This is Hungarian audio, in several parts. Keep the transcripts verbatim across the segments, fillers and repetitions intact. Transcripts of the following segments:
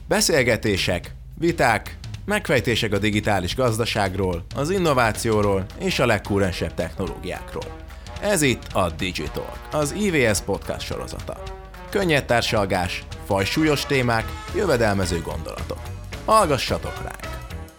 Beszélgetések, viták, megfejtések a digitális gazdaságról, az innovációról és a legkúrensebb technológiákról. Ez itt a Digitalk, az i vé es podcast sorozata. Könnyed társalgás, fajsúlyos témák, jövedelmező gondolatok. Hallgassatok ránk!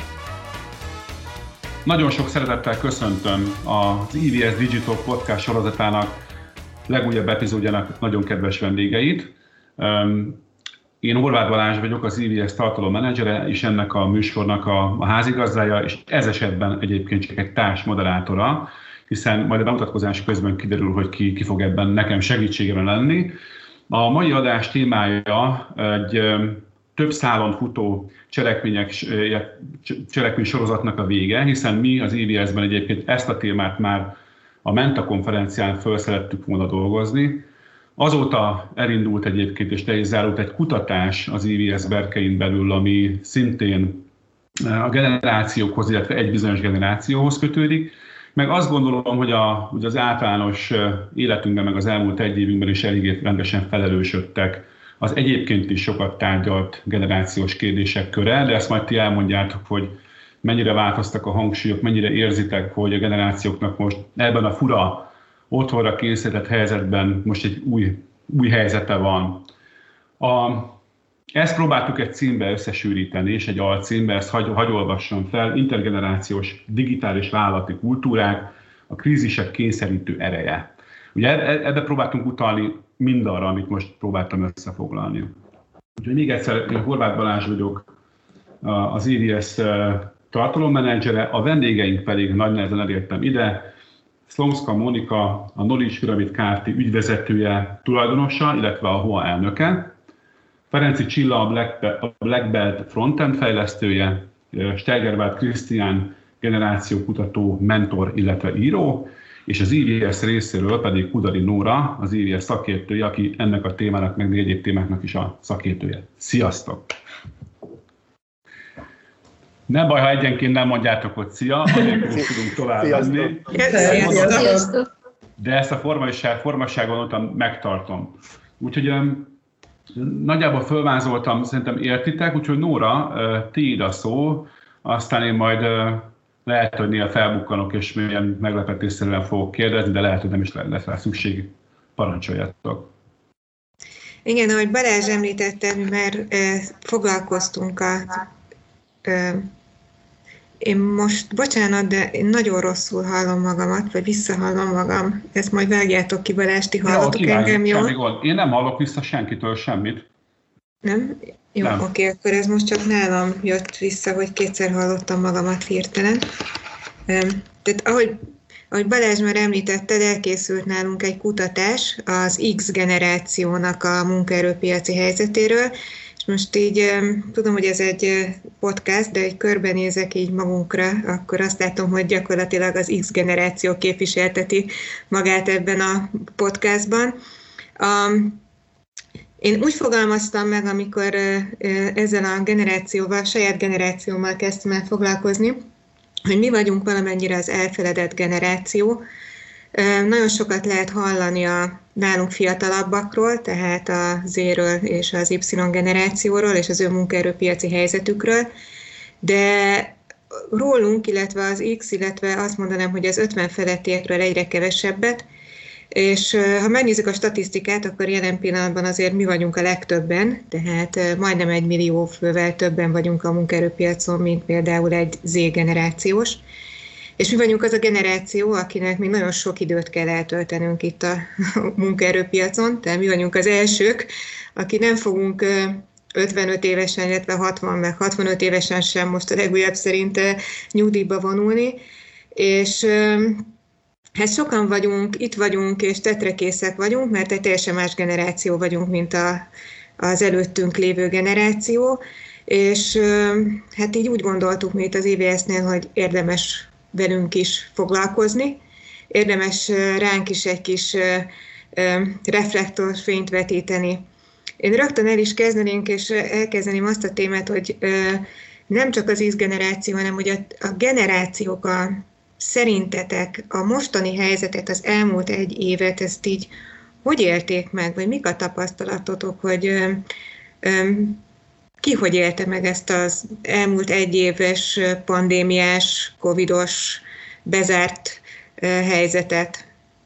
Nagyon sok szeretettel köszöntöm az i vé es Digitalk podcast sorozatának legújabb epizódjának nagyon kedves vendégeit. Én Horváth Balázs vagyok, az i vé es tartalommenedzsere, és ennek a műsornak a, a házigazdája, és ez esetben egyébként csak egy társ moderátora, hiszen majd a bemutatkozás közben kiderül, hogy ki, ki fog ebben nekem segítségemre lenni. A mai adás témája egy több szálon futó cselekmények, cselekmény sorozatnak a vége, hiszen mi az i vé es-ben egyébként ezt a témát már a Menta konferencián föl szerettük volna dolgozni. Azóta elindult egyébként és le is zárult egy kutatás az i vé es berkein belül, ami szintén a generációkhoz, illetve egy bizonyos generációhoz kötődik. Meg azt gondolom, hogy, a, hogy az általános életünkben, meg az elmúlt egy évünkben is eléggé rendesen felelősödtek az egyébként is sokat tárgyalt generációs kérdések köre, de ezt majd ti elmondjátok, hogy mennyire változtak a hangsúlyok, mennyire érzitek, hogy a generációknak most ebben a fura, otthonra kényszerített helyzetben most egy új, új helyzete van. A, ezt próbáltuk egy címbe összesűríteni, és egy alcímbe, ezt hagy, hagy olvassam fel, intergenerációs digitális vállalati kultúrák, a krízisek kényszerítő ereje. Ugye ebbe próbáltunk utalni mindarra, amit most próbáltam összefoglalni. Úgyhogy még egyszer, én Horváth Balázs vagyok, az i vé es tartalommenedzsere, a vendégeink pedig nagy nehezen elértem ide, Szlomszka Mónika, a Knowledge Pyramid Kft. Ügyvezetője, tulajdonosa, illetve a há o á elnöke, Ferenczy Csilla, a Black Belt frontend fejlesztője, Steigerwald Krisztián, generációkutató, mentor, illetve író, és az i vé es részéről pedig Kudari Nóra, az i vé es szakértője, aki ennek a témának, meg egyéb témáknak is a szakértője. Sziasztok! Nem baj, ha egyenként nem mondjátok, hogy szia, anélkül is tudunk tovább menni. De ezt a formaság, formasságon ottan megtartom. Úgyhogy nagyjából fölvázoltam, szerintem értitek, úgyhogy Nóra, tiéd a szó, aztán én majd lehet, hogy néha felbukkanok, és milyen meglepetésszerűen fogok kérdezni, de lehet, hogy nem is lesz rá szükség. Parancsoljatok. Igen, ahogy Balázs említette, mi már eh, foglalkoztunk a... Eh, én most, bocsánat, de én nagyon rosszul hallom magamat, vagy visszahallom magam. Ezt majd vágjátok ki, Balázs, ti hallotok ja, engem, jó? Én nem hallok vissza senkitől semmit. Nem? Jó, nem. Oké, akkor ez most csak nálam jött vissza, hogy kétszer hallottam magamat hirtelen. Tehát ahogy, ahogy Balázs már említette, elkészült nálunk egy kutatás az X generációnak a munkaerőpiaci helyzetéről, és most így tudom, hogy ez egy podcast, de egy körbenézek így magunkra, akkor azt látom, hogy gyakorlatilag az X generáció képviselteti magát ebben a podcastban. Um, Én úgy fogalmaztam meg, amikor ezzel a generációval, saját generációmmal kezdtem el foglalkozni, hogy mi vagyunk valamennyire az elfeledett generáció. Nagyon sokat lehet hallani a nálunk fiatalabbakról, tehát a Z-ről és az Y generációról és az ő munkaerőpiaci helyzetükről, de rólunk, illetve az X, illetve azt mondanám, hogy az ötven felettiekről egyre kevesebbet, és ha megnézzük a statisztikát, akkor jelen pillanatban azért mi vagyunk a legtöbben, tehát majdnem egy millió fővel többen vagyunk a munkaerőpiacon, mint például egy Z-generációs. És mi vagyunk az a generáció, akinek még nagyon sok időt kell eltöltenünk itt a munkaerőpiacon, tehát mi vagyunk az elsők, aki nem fogunk ötvenöt évesen, illetve hatvan, meg hatvanöt évesen sem most a legújabb szerint nyugdíjba vonulni, és hát sokan vagyunk, itt vagyunk, és tetrekészek vagyunk, mert egy teljesen más generáció vagyunk, mint a, az előttünk lévő generáció, és hát így úgy gondoltuk mi itt az i vé es-nél, hogy érdemes velünk is foglalkozni, érdemes ránk is egy kis reflektorfényt vetíteni. Én rögtön el is kezdenénk, és elkezdeném azt a témát, hogy nem csak az X generáció, hanem hogy a, a generációk a szerintetek a mostani helyzetet, az elmúlt egy évet, ezt így hogy élték meg, vagy mik a tapasztalatotok, hogy ö, ö, ki hogy élte meg ezt az elmúlt egyéves pandémiás, covidos, bezárt helyzetet?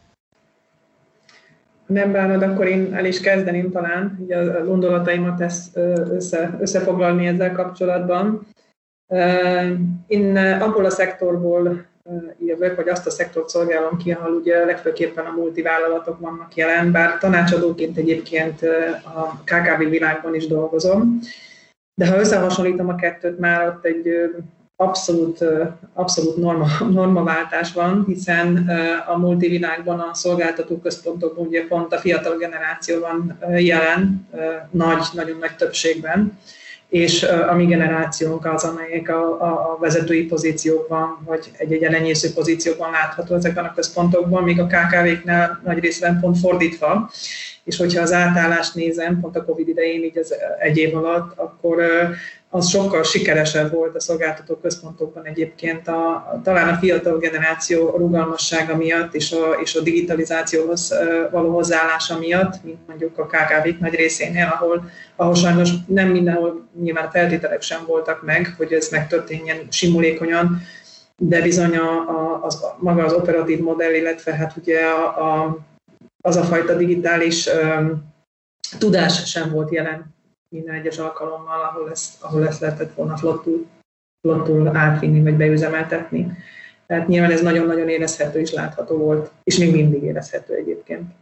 Nem bánod, akkor én el is kezdeném talán, ugye a gondolataimat ezt össze, összefoglalni ezzel kapcsolatban. Én abból a szektorból jövök, vagy azt a szektort szolgálom ki, ahol ugye legfőképpen a multivállalatok vannak jelen, bár tanácsadóként egyébként a ká ká vé világban is dolgozom. De ha összehasonlítom a kettőt, már ott egy abszolút, abszolút norma, normaváltás van, hiszen a multivilágban a szolgáltató központokban ugye pont a fiatal generáció van jelen, nagy, nagyon nagy többségben, és a mi generációnk az, amelyek a, a vezetői pozíciókban, vagy egy-egy elenyésző pozíciókban látható ezekben a központokban, míg a ká ká véknál nagy részben pont fordítva. És hogyha az átállást nézem, pont a Covid idején, így az egy év alatt, akkor az sokkal sikeresebb volt a szolgáltató központokban egyébként, a, a, talán a fiatal generáció rugalmassága miatt és a, és a digitalizációhoz való hozzáállása miatt, mint mondjuk a ká ká vék nagy részénél, ahol, ahol sajnos nem mindenhol nyilván feltételek sem voltak meg, hogy ez megtörténjen simulékonyan, de bizony a, a, az, maga az operatív modell, illetve hát ugye a, a az a fajta digitális um, tudás sem volt jelen minden egyes alkalommal, ahol ezt, ahol ezt lehetett volna flottul, flottul átvinni vagy beüzemeltetni. Tehát nyilván ez nagyon-nagyon érezhető és látható volt, és még mindig érezhető egyébként.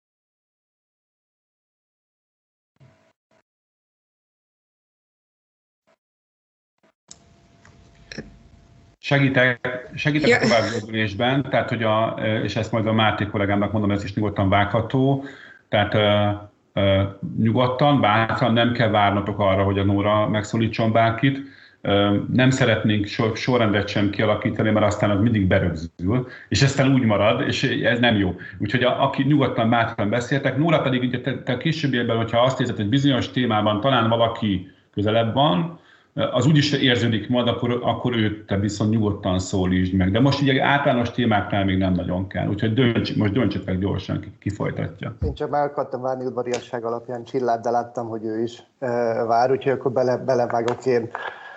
Segítek, segítek ja. a továbbgördülésben, tehát, hogy a, és ezt majd a Máté kollégámnak mondom, ez is nyugodtan vágható, tehát uh, uh, nyugodtan, bátran nem kell várnatok arra, hogy a Nóra megszólítson bárkit. Uh, nem szeretnénk sor, sorrendet sem kialakítani, mert aztán az mindig berögzül, és aztán úgy marad, és ez nem jó. Úgyhogy a, aki nyugodtan, bátran beszéltek, Nóra pedig ugye te, te későbbiekben, hogyha azt érzed, hogy bizonyos témában talán valaki közelebb van, az úgyis érződik majd, akkor, akkor őt te viszont nyugodtan szólítsd meg. De most ugye általános témáknál még nem nagyon kell, úgyhogy dönts, most döntsetek gyorsan, ki, ki folytatja. Én csak meg akartam várni udvariasság alapján Csillát, de láttam, hogy ő is uh, vár, úgyhogy akkor bele, belevágok én.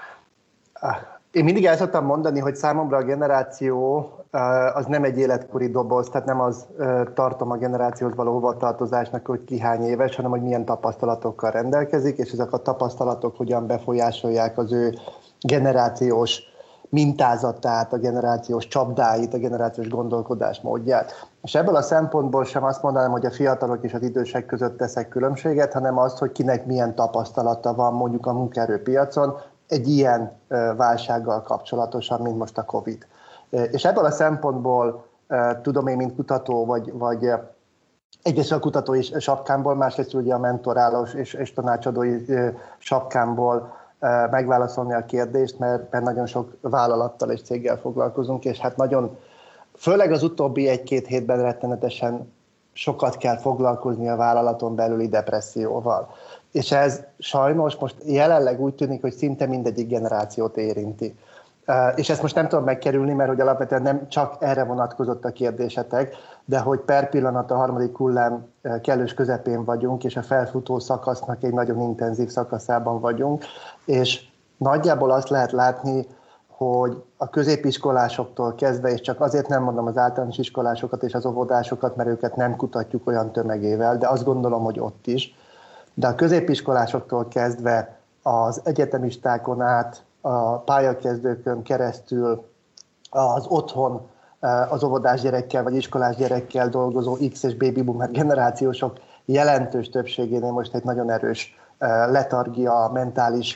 Én mindig el szoktam mondani, hogy számomra a generáció az nem egy életkori doboz, tehát nem az tartom a generációhoz való hovatartozásnak, hogy ki hány éves, hanem hogy milyen tapasztalatokkal rendelkezik, és ezek a tapasztalatok hogyan befolyásolják az ő generációs mintázatát, a generációs csapdáit, a generációs gondolkodásmódját. És ebből a szempontból sem azt mondanám, hogy a fiatalok és az idősek között teszek különbséget, hanem azt, hogy kinek milyen tapasztalata van mondjuk a munkaerőpiacon, egy ilyen válsággal kapcsolatosan, mint most a Covid. És ebből a szempontból tudom én, mint kutató, vagy, vagy egyrészt a kutatói sapkámból, másrészt ugye a mentorálós és, és tanácsadói sapkámból megválaszolni a kérdést, mert, mert nagyon sok vállalattal és céggel foglalkozunk, és hát nagyon, főleg az utóbbi egy-két hétben rettenetesen sokat kell foglalkozni a vállalaton belüli depresszióval. És ez sajnos most jelenleg úgy tűnik, hogy szinte mindegyik generációt érinti. És ezt most nem tudom megkerülni, mert hogy alapvetően nem csak erre vonatkozott a kérdésetek, de hogy per pillanat a harmadik hullám kellős közepén vagyunk, és a felfutó szakasznak egy nagyon intenzív szakaszában vagyunk, és nagyjából azt lehet látni, hogy a középiskolásoktól kezdve, és csak azért nem mondom az általános iskolásokat és az óvodásokat, mert őket nem kutatjuk olyan tömegével, de azt gondolom, hogy ott is, de a középiskolásoktól kezdve az egyetemistákon át, a pályakezdőkön keresztül az otthon az óvodás gyerekkel vagy iskolás gyerekkel dolgozó X és baby boomer generációsok jelentős többségénél most egy nagyon erős letargia, mentális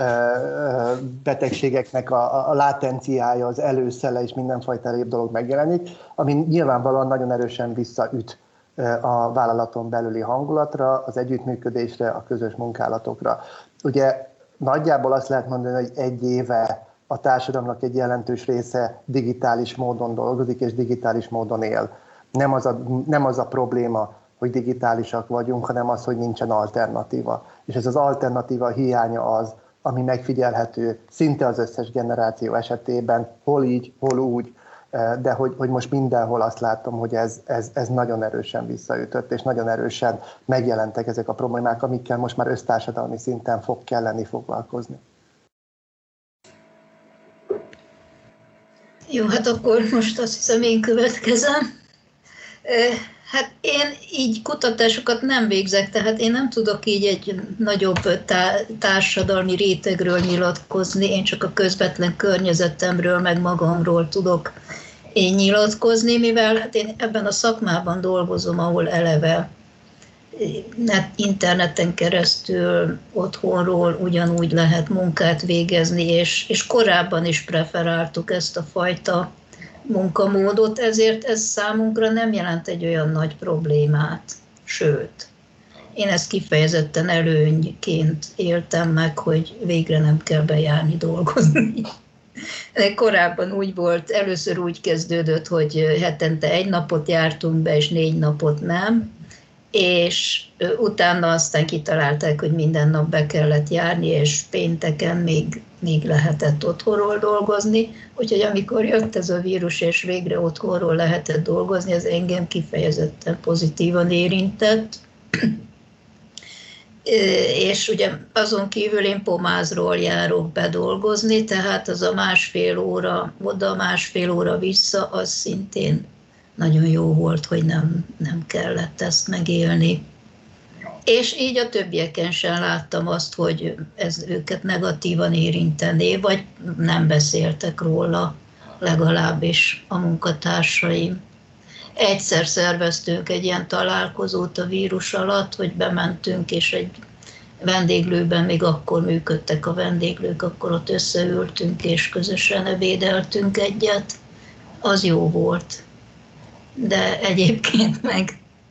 betegségeknek a, a látenciája, az előszele és mindenfajta egyéb dolog megjelenik, ami nyilvánvalóan nagyon erősen visszaüt a vállalaton belüli hangulatra, az együttműködésre, a közös munkálatokra. Ugye nagyjából azt lehet mondani, hogy egy éve a társadalomnak egy jelentős része digitális módon dolgozik és digitális módon él. Nem az a, nem az a probléma, hogy digitálisak vagyunk, hanem az, hogy nincsen alternatíva. És ez az alternatíva hiánya az, ami megfigyelhető szinte az összes generáció esetében, hol így, hol úgy. de hogy, hogy most mindenhol azt látom, hogy ez, ez, ez nagyon erősen visszaütött, és nagyon erősen megjelentek ezek a problémák, amikkel most már össztársadalmi szinten fog kelleni foglalkozni. Jó, hát akkor most azt hiszem én következem. Hát én így kutatásokat nem végzek, tehát én nem tudok így egy nagyobb társadalmi rétegről nyilatkozni, én csak a közvetlen környezetemről, meg magamról tudok én nyilatkozni, mivel hát én ebben a szakmában dolgozom, ahol eleve interneten keresztül, otthonról ugyanúgy lehet munkát végezni, és, és korábban is preferáltuk ezt a fajta munkamódot, ezért ez számunkra nem jelent egy olyan nagy problémát. Sőt, én ezt kifejezetten előnyként éltem meg, hogy végre nem kell bejárni dolgozni. Korábban úgy volt, először úgy kezdődött, hogy hetente egy napot jártunk be, és négy napot nem, és utána aztán kitalálták, hogy minden nap be kellett járni, és pénteken még, még lehetett otthonról dolgozni. Úgyhogy amikor jött ez a vírus, és végre otthonról lehetett dolgozni, ez engem kifejezetten pozitívan érintett. És ugye azon kívül én Pomázról járok bedolgozni, tehát az a másfél óra oda, másfél óra vissza, az szintén nagyon jó volt, hogy nem, nem kellett ezt megélni. És így a többieken sem láttam azt, hogy ez őket negatívan érintené, vagy nem beszéltek róla, legalábbis a munkatársaim. Egyszer szerveztünk egy ilyen találkozót a vírus alatt, hogy bementünk, és egy vendéglőben, még akkor működtek a vendéglők, akkor ott összeültünk, és közösen ebédeltünk egyet. Az jó volt. De egyébként meg,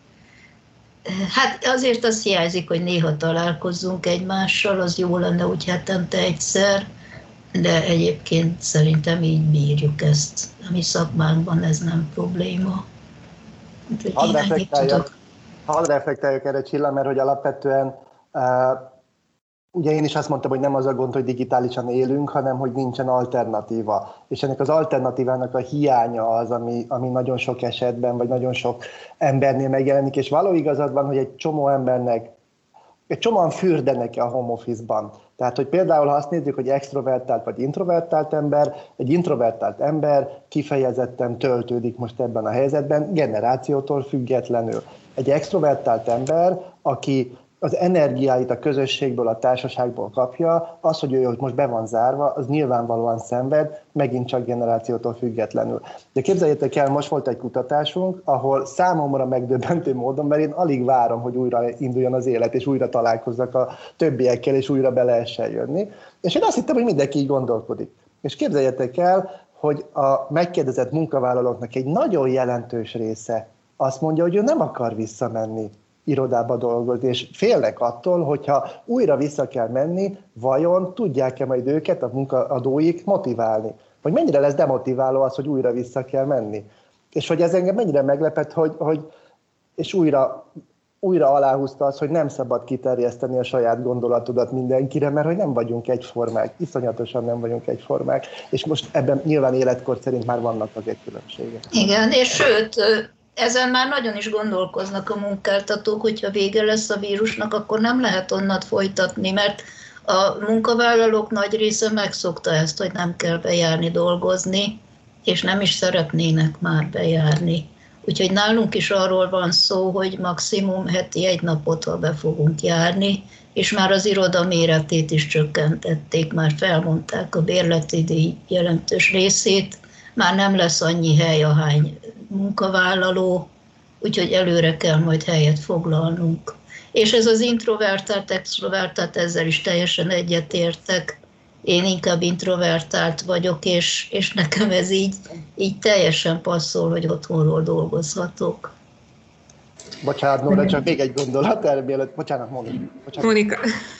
hát azért az hiányzik, hogy néha találkozzunk egymással, az jó lenne úgy hetente egyszer, de egyébként szerintem így bírjuk ezt. A mi szakmánkban ez nem probléma. Hadd reflektáljak, hadd reflektáljak erre, Csilla, mert hogy alapvetően uh, ugye én is azt mondtam, hogy nem az a gond, hogy digitálisan élünk, hanem hogy nincsen alternatíva. És ennek az alternatívának a hiánya az, ami, ami nagyon sok esetben, vagy nagyon sok embernél megjelenik, és való igazad van, hogy egy csomó embernek, egy csomóan fürdenek a home office-ban. Tehát, hogy például, ha azt nézzük, hogy extrovertált vagy introvertált ember, egy introvertált ember kifejezetten töltődik most ebben a helyzetben, generációtól függetlenül. Egy extrovertált ember, aki az energiáit a közösségből, a társaságból kapja, az, hogy ő most be van zárva, az nyilvánvalóan szenved, megint csak generációtól függetlenül. De képzeljétek el, most volt egy kutatásunk, ahol számomra megdöbbentő módon, mert én alig várom, hogy újra induljon az élet, és újra találkozzak a többiekkel, és újra be lehessen jönni. És én azt hittem, hogy mindenki így gondolkodik. És képzeljétek el, hogy a megkérdezett munkavállalóknak egy nagyon jelentős része azt mondja, hogy ő nem akar visszamenni irodába dolgozni, és félnek attól, hogyha újra vissza kell menni, vajon tudják-e majd őket, a munkaadóik motiválni? Vagy mennyire lesz demotiváló az, hogy újra vissza kell menni? És hogy ez engem mennyire meglepett, hogy, hogy és újra, újra aláhúzta az, hogy nem szabad kiterjeszteni a saját gondolatodat mindenkire, mert hogy nem vagyunk egyformák, iszonyatosan nem vagyunk egyformák, és most ebben nyilván életkor szerint már vannak azért különbségek. Igen, és sőt, ezen már nagyon is gondolkoznak a munkáltatók, hogyha vége lesz a vírusnak, akkor nem lehet onnat folytatni, mert a munkavállalók nagy része megszokta ezt, hogy nem kell bejárni dolgozni, és nem is szeretnének már bejárni. Úgyhogy nálunk is arról van szó, hogy maximum heti egy napot, ha be fogunk járni, és már az iroda méretét is csökkentették, már felmondták a bérleti díj jelentős részét, már nem lesz annyi hely, ahány munkavállaló, úgyhogy előre kell majd helyet foglalnunk. És ez az introvertált, extrovertált, ezzel is teljesen egyetértek. Én inkább introvertált vagyok, és, és nekem ez így, így teljesen passzol, hogy otthonról dolgozhatok. Bocsánat, Nóra, csak még egy gondolat erre mielőtt. Bocsánat, Mónika. Bocsánat. Mónika.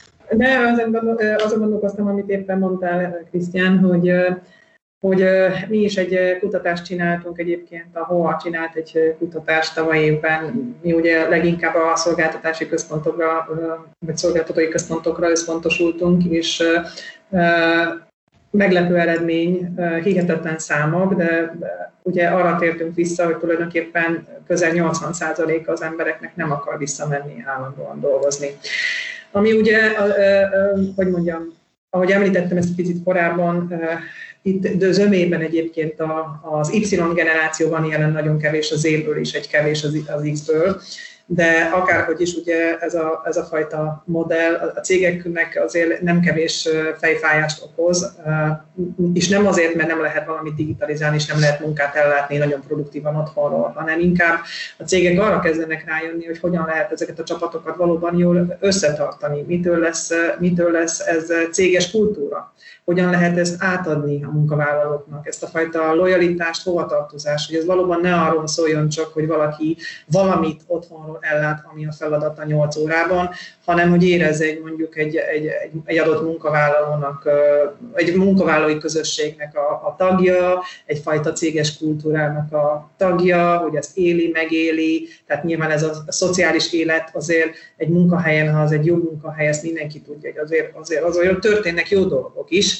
De azon gondolkoztam, amit éppen mondtál, Krisztián, hogy hogy mi is egy kutatást csináltunk egyébként, a há o á csinált egy kutatást tavaly évben. Mi ugye leginkább a szolgáltatási központokra, vagy szolgáltatói központokra összpontosultunk, és meglepő eredmény, hihetetlen számok, de ugye arra tértünk vissza, hogy tulajdonképpen közel nyolcvan százaléka az embereknek nem akar visszamenni állandóan dolgozni. Ami ugye, hogy mondjam, ahogy említettem ezt picit korábban, itt zömében egyébként az Y-generáció van jelen nagyon kevés az Z-ből és egy kevés az X-ből, de akárhogy is ugye ez a, ez a fajta modell a cégeknek azért nem kevés fejfájást okoz, és nem azért, mert nem lehet valamit digitalizálni, és nem lehet munkát ellátni nagyon produktívan otthonról, hanem inkább a cégek arra kezdenek rájönni, hogy hogyan lehet ezeket a csapatokat valóban jól összetartani, mitől lesz, mitől lesz ez céges kultúra, hogyan lehet ezt átadni a munkavállalóknak, ezt a fajta lojalitást, hovatartozást, hogy ez valóban ne arról szóljon csak, hogy valaki valamit otthonról ellát, ami a feladata nyolc órában, hanem hogy érezze egy, mondjuk egy, egy, egy adott munkavállalónak, egy munkavállalói közösségnek a, a tagja, egyfajta céges kultúrának a tagja, hogy ezt éli, megéli, tehát nyilván ez a, a szociális élet azért egy munkahelyen, ha az egy jó munkahely, ezt mindenki tudja, hogy azért, azért, azért történnek jó dolgok is.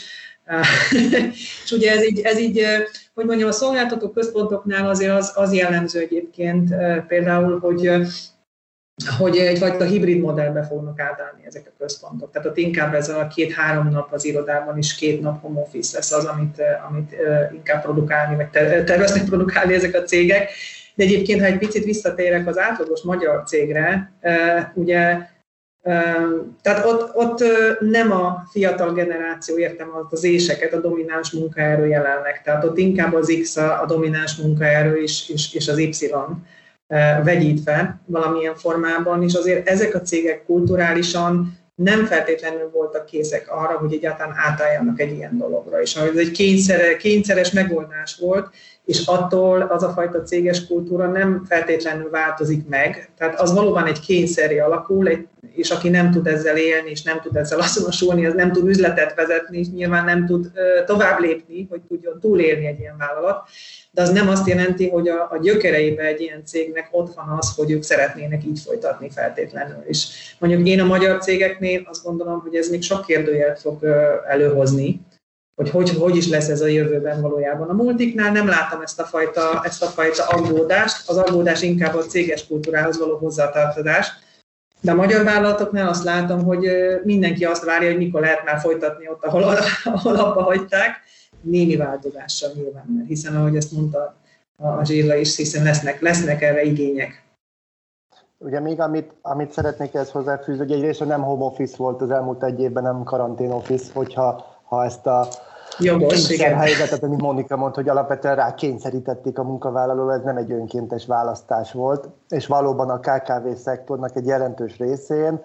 És ugye ez így, ez így, hogy mondjam, a szolgáltató központoknál azért az, az jellemző egyébként például, hogy, hogy egyfajta hibrid modellbe fognak átállni ezek a központok. Tehát ott inkább ez a két-három nap az irodában is, két nap home office lesz az, amit, amit inkább produkálni, vagy terveznek produkálni ezek a cégek. De egyébként, ha egy picit visszatérek az átlagos magyar cégre, ugye tehát ott, ott nem a fiatal generáció, értem az éseket, a domináns munkaerő jelenleg, tehát ott inkább az X a, a domináns munkaerő és, és, és az Y vegyítve valamilyen formában, és azért ezek a cégek kulturálisan nem feltétlenül voltak készek arra, hogy egyáltalán átálljanak egy ilyen dologra, és ez egy kényszer, kényszeres megoldás volt, és attól az a fajta céges kultúra nem feltétlenül változik meg, tehát az valóban egy kényszerré alakul, és aki nem tud ezzel élni, és nem tud ezzel azonosulni, az nem tud üzletet vezetni, és nyilván nem tud tovább lépni, hogy tudjon túlélni egy ilyen vállalat, de az nem azt jelenti, hogy a, a gyökereibe egy ilyen cégnek ott van az, hogy ők szeretnének így folytatni feltétlenül. És mondjuk én a magyar cégeknél azt gondolom, hogy ez még sok kérdőjelet fog előhozni, hogy, hogy hogy is lesz ez a jövőben valójában. A multiknál nem látom ezt a fajta, ezt a fajta aggódást, az aggódás inkább a céges kultúrához való hozzátartozás, de a magyar vállalatoknál azt látom, hogy mindenki azt várja, hogy mikor lehet már folytatni ott, ahol, ahol abba hagyták, némi változással nyilván, mert hiszen ahogy ezt mondta a Zsilla is, hiszen lesznek, lesznek erre igények. Ugye még amit, amit szeretnék ezt hozzáfűzni, hogy egyrészt nem home office volt az elmúlt egy évben, nem karantén office, hogyha ha ezt a kényszerhelyzetet, amit Monika mondta, hogy alapvetően rá kényszerítették a munkavállalóra, ez nem egy önkéntes választás volt, és valóban a ká ká vé szektornak egy jelentős részén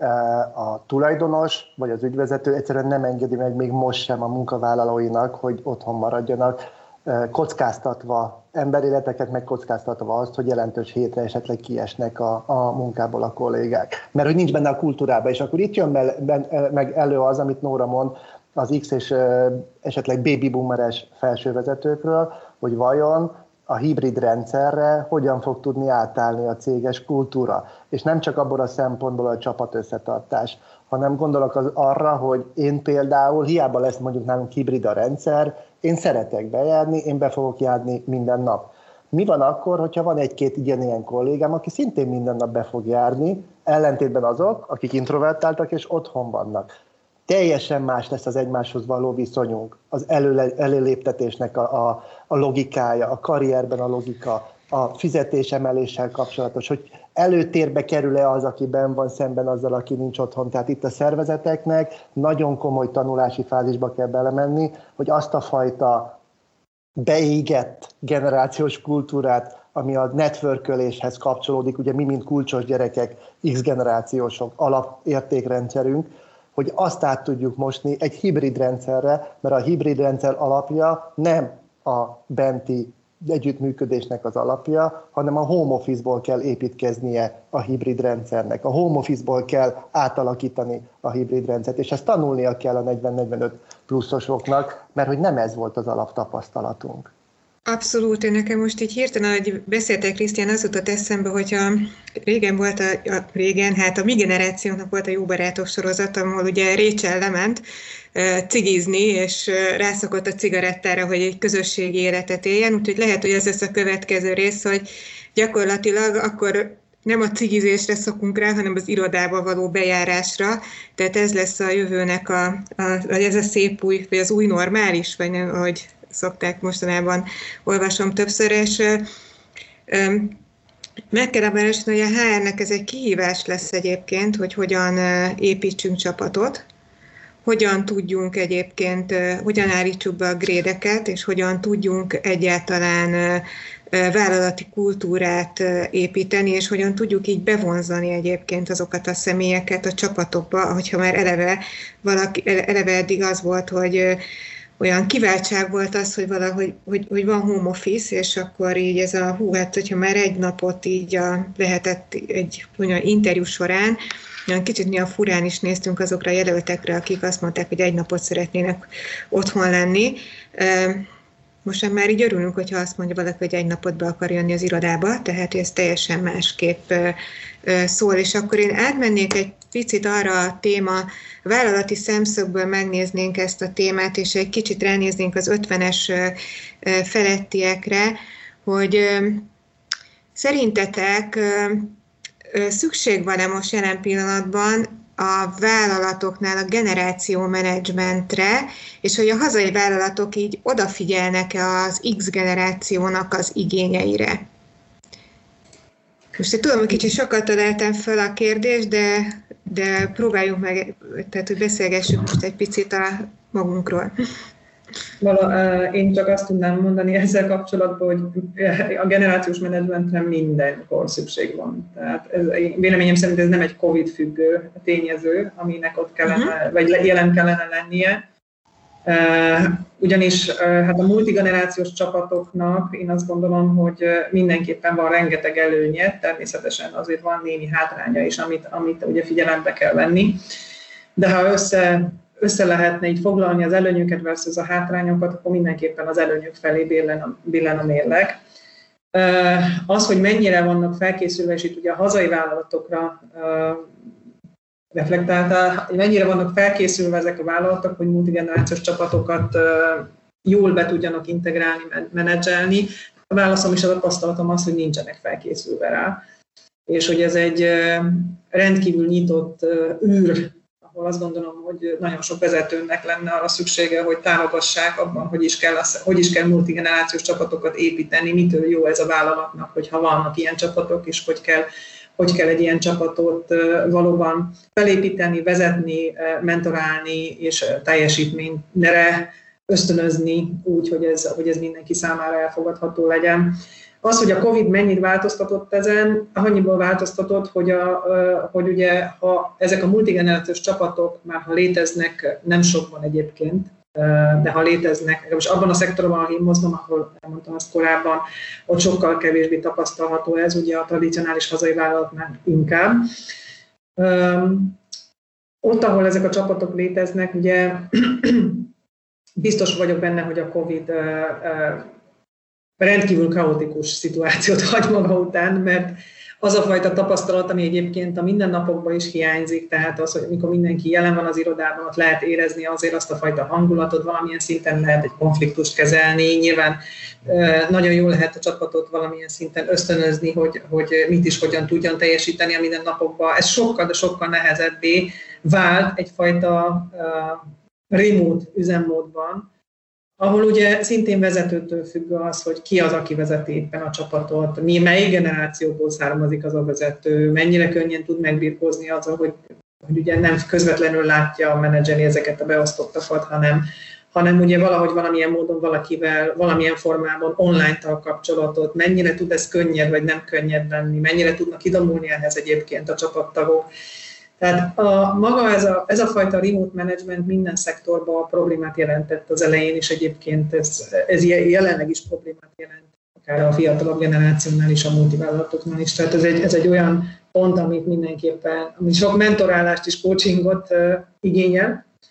a tulajdonos vagy az ügyvezető egyszerűen nem engedi meg még most sem a munkavállalóinak, hogy otthon maradjanak, kockáztatva emberéleteket, meg kockáztatva azt, hogy jelentős hétre esetleg kiesnek a, a munkából a kollégák. Mert hogy nincs benne a kultúrában, és akkor itt jön be, be, meg elő az, amit Nóra mond, az X és esetleg baby boomeres felsővezetőkről, hogy vajon a hibrid rendszerre hogyan fog tudni átállni a céges kultúra. És nem csak abból a szempontból a csapat összetartás, hanem gondolok az arra, hogy én például, hiába lesz mondjuk nálunk hibrid a rendszer, én szeretek bejárni, én be fogok járni minden nap. Mi van akkor, hogyha van egy-két ilyen kollégám, aki szintén minden nap be fog járni, ellentétben azok, akik introvertáltak és otthon vannak. Teljesen más lesz az egymáshoz való viszonyunk, az elő, előléptetésnek a, a, a logikája, a karrierben a logika, a fizetésemeléssel kapcsolatos, hogy előtérbe kerül-e az, aki benn van szemben azzal, aki nincs otthon. Tehát itt a szervezeteknek nagyon komoly tanulási fázisba kell belemenni, hogy azt a fajta beégett generációs kultúrát, ami a networköléshez kapcsolódik, ugye mi, mint kulcsos gyerekek, X-generációsok, alapértékrendszerünk, hogy azt át tudjuk mosni egy hibrid rendszerre, mert a hibrid rendszer alapja nem a benti együttműködésnek az alapja, hanem a home office-ból kell építkeznie a hibrid rendszernek. A home office-ból kell átalakítani a hibrid rendszert, és ezt tanulnia kell a negyven-negyvenöt pluszosoknak, mert hogy nem ez volt az alaptapasztalatunk. Abszolút, én nekem most így hirtelen, hogy beszéltek, Krisztián, az jutott eszembe, hogyha régen volt a, a régen, hát a mi generációnak volt a Jó Barátok sorozat, ahol ugye Rachel lement uh, cigizni, és uh, rászokott a cigarettára, hogy egy közösségi életet éljen, úgyhogy lehet, hogy ez lesz a következő rész, hogy gyakorlatilag akkor nem a cigizésre szokunk rá, hanem az irodába való bejárásra, tehát ez lesz a jövőnek a, a, ez a szép új, vagy az új normális, vagy nem, ahogy szokták mostanában, olvasom többször, és ö, ö, meg kell abban esni, hogy a há er-nek ez egy kihívás lesz egyébként, hogy hogyan ö, építsünk csapatot, hogyan tudjunk egyébként, ö, hogyan állítsuk be a grédeket, és hogyan tudjunk egyáltalán ö, ö, vállalati kultúrát ö, építeni, és hogyan tudjuk így bevonzani egyébként azokat a személyeket a csapatokba, hogyha már eleve, valaki, eleve eddig az volt, hogy ö, olyan kiváltság volt az, hogy valahogy hogy, hogy van home office, és akkor így ez a hú, hát hogyha már egy napot így a, lehetett egy olyan interjú során, olyan kicsit mi a furán is néztünk azokra a jelöltekre, akik azt mondták, hogy egy napot szeretnének otthon lenni. Most már így örülünk, hogyha azt mondja valaki, hogy egy napot be akar jönni az irodába, tehát ez teljesen másképp szól. És akkor én átmennék egy picit arra a téma, a vállalati szemszögből megnéznénk ezt a témát, és egy kicsit ránéznénk az ötvenes felettiekre, hogy szerintetek szükség van-e most jelen pillanatban a vállalatoknál a generációmenedzsmentre, és hogy a hazai vállalatok így odafigyelnek-e az X generációnak az igényeire? Most én tudom, hogy kicsit sokat találtam fel a kérdést, de, de próbáljuk meg, tehát hogy beszélgessük most egy picit a magunkról. Vala, én csak azt tudnám mondani ezzel kapcsolatban, hogy a generációs menedzsmentre mindenkor szükség van. Tehát ez, véleményem szerint ez nem egy Covid függő tényező, aminek ott kellene, uh-huh. vagy jelen kellene lennie. Ugyanis hát a multigenerációs csapatoknak én azt gondolom, hogy mindenképpen van rengeteg előnye, természetesen azért van némi hátránya is, amit, amit ugye figyelembe kell venni. De ha össze össze lehetne így foglalni az előnyöket versus a hátrányokat, akkor mindenképpen az előnyök felé billen a, billen a mérleg. Az, hogy mennyire vannak felkészülve, és itt ugye a hazai vállalatokra reflektáltál, hogy mennyire vannak felkészülve ezek a vállalatok, hogy multigenerációs csapatokat jól be tudjanak integrálni, menedzselni. A válaszom és a tapasztalatom az, hogy nincsenek felkészülve rá. És hogy ez egy rendkívül nyitott űr, ahol azt gondolom, hogy nagyon sok vezetőnek lenne arra szüksége, hogy támogassák abban, hogy is kell, hogy is kell multigenerációs csapatokat építeni, mitől jó ez a vállalatnak, hogyha vannak ilyen csapatok, és hogy kell, hogy kell egy ilyen csapatot valóban felépíteni, vezetni, mentorálni, és teljesítményre ösztönözni úgy, hogy ez, hogy ez mindenki számára elfogadható legyen. Az, hogy a Covid mennyit változtatott ezen, annyiból változtatott, hogy, a, hogy ugye, ha ezek a multigenerációs csapatok már ha léteznek, nem sokban egyébként, de ha léteznek, most abban a szektorban, ahol én mozgom, ahol elmondtam azt korábban, ott sokkal kevésbé tapasztalható ez, ugye a tradicionális hazai vállalatnál inkább. Ott, ahol ezek a csapatok léteznek, ugye biztos vagyok benne, hogy a Covid rendkívül kaotikus szituációt hagy maga után, mert az a fajta tapasztalat, ami egyébként a mindennapokban is hiányzik, tehát az, hogy amikor mindenki jelen van az irodában, ott lehet érezni azért azt a fajta hangulatot, valamilyen szinten lehet egy konfliktust kezelni, nyilván nagyon jól lehet a csapatot valamilyen szinten ösztönözni, hogy, hogy mit is hogyan tudjon teljesíteni a mindennapokban. Ez sokkal, de sokkal nehezebbé vált egyfajta remote üzemmódban, ahol ugye szintén vezetőtől függ az, hogy ki az, aki vezeti éppen a csapatot, mi, melyik generációból származik az a vezető, mennyire könnyen tud megbirkózni azzal, hogy, hogy ugye nem közvetlenül látja a menedzseri ezeket a beosztottakat, hanem, hanem ugye valahogy valamilyen módon valakivel, valamilyen formában online tart kapcsolatot, mennyire tud ez könnyed vagy nem könnyed lenni, mennyire tudnak idomulni ehhez egyébként a csapattagok. Tehát a, maga ez a, ez a fajta remote management minden szektorban problémát jelentett az elején, és egyébként ez, ez jelenleg is problémát jelent, akár a fiatalabb generációnál is, a multivállalatoknál is. Tehát ez egy, ez egy olyan pont, amit mindenképpen, ami sok mentorálást és coachingot uh, igényel,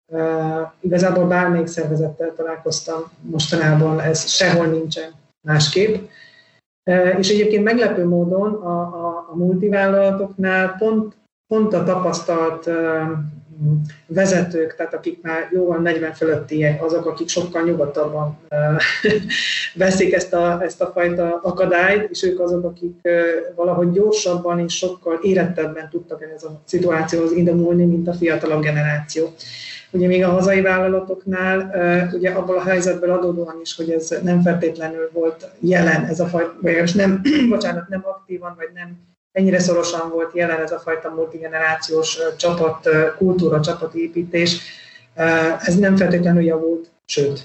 Igazából bármelyik szervezettel találkoztam mostanában, ez sehol nincsen másképp. És egyébként meglepő módon a, a, a multivállalatoknál pont, pont a tapasztalt vezetők, tehát akik már jóval negyven fölöttiek, azok, akik sokkal nyugodtabban veszik ezt a, ezt a fajta akadályt, és ők azok, akik valahogy gyorsabban és sokkal érettebben tudtak ez a szituációhoz indulni, mint a fiatalabb generáció. Ugye még a hazai vállalatoknál, ugye abból a helyzetből adódóan is, hogy ez nem feltétlenül volt jelen, ez a fajta, vagy nem, bocsánat, nem aktívan, vagy nem ennyire szorosan volt jelen ez a fajta multigenerációs csapat, kultúra, csapatépítés, ez nem feltétlenül javult, sőt.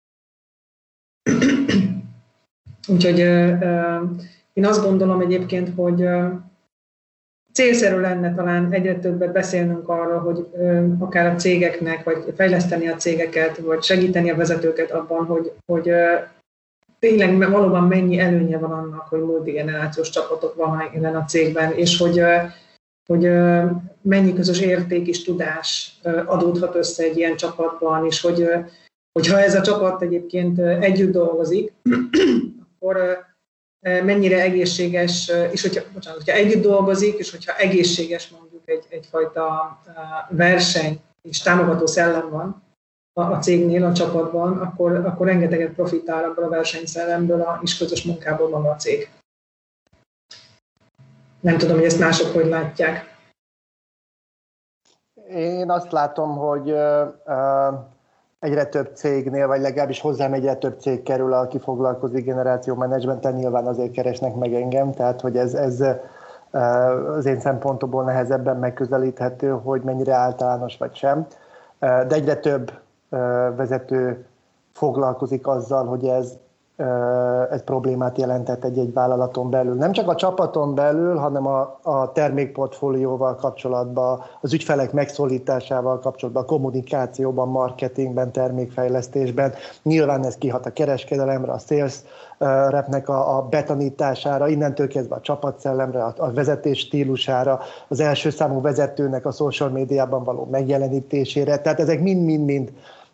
Úgyhogy én azt gondolom egyébként, hogy célszerű lenne talán egyre többet beszélnünk arról, hogy akár a cégeknek, vagy fejleszteni a cégeket, vagy segíteni a vezetőket abban, hogy, hogy tényleg valóban mennyi előnye van annak, hogy multigenerációs csapatok van jelen a cégben, és hogy, hogy mennyi közös érték és tudás adódhat össze egy ilyen csapatban, és hogy, hogyha ez a csapat egyébként együtt dolgozik, akkor mennyire egészséges, és hogyha, bocsánat, hogyha együtt dolgozik, és hogyha egészséges mondjuk egy, egyfajta verseny és támogató szellem van a cégnél, a csapatban, akkor, akkor rengeteget profitál abból a versenyszellemből a, és közös munkából maga a cég. Nem tudom, hogy ezt mások hogy látják. Én azt látom, hogy uh, egyre több cégnél, vagy legalábbis hozzám egyre több cég kerül, aki foglalkozik generációmenedzsmenttel, nyilván azért keresnek meg engem, tehát hogy ez, ez uh, az én szempontomból nehezebben megközelíthető, hogy mennyire általános vagy sem. Uh, de egyre több vezető foglalkozik azzal, hogy ez, ez problémát jelentett egy-egy vállalaton belül. Nem csak a csapaton belül, hanem a, a termékportfólióval kapcsolatban, az ügyfelek megszólításával kapcsolatban, a kommunikációban, marketingben, termékfejlesztésben. Nyilván ez kihat a kereskedelemre, a sales repnek a, a betanítására, innentől kezdve a csapatszellemre, a, a vezetés stílusára, az első számú vezetőnek a social médiában való megjelenítésére. Tehát ezek mind-mind-mind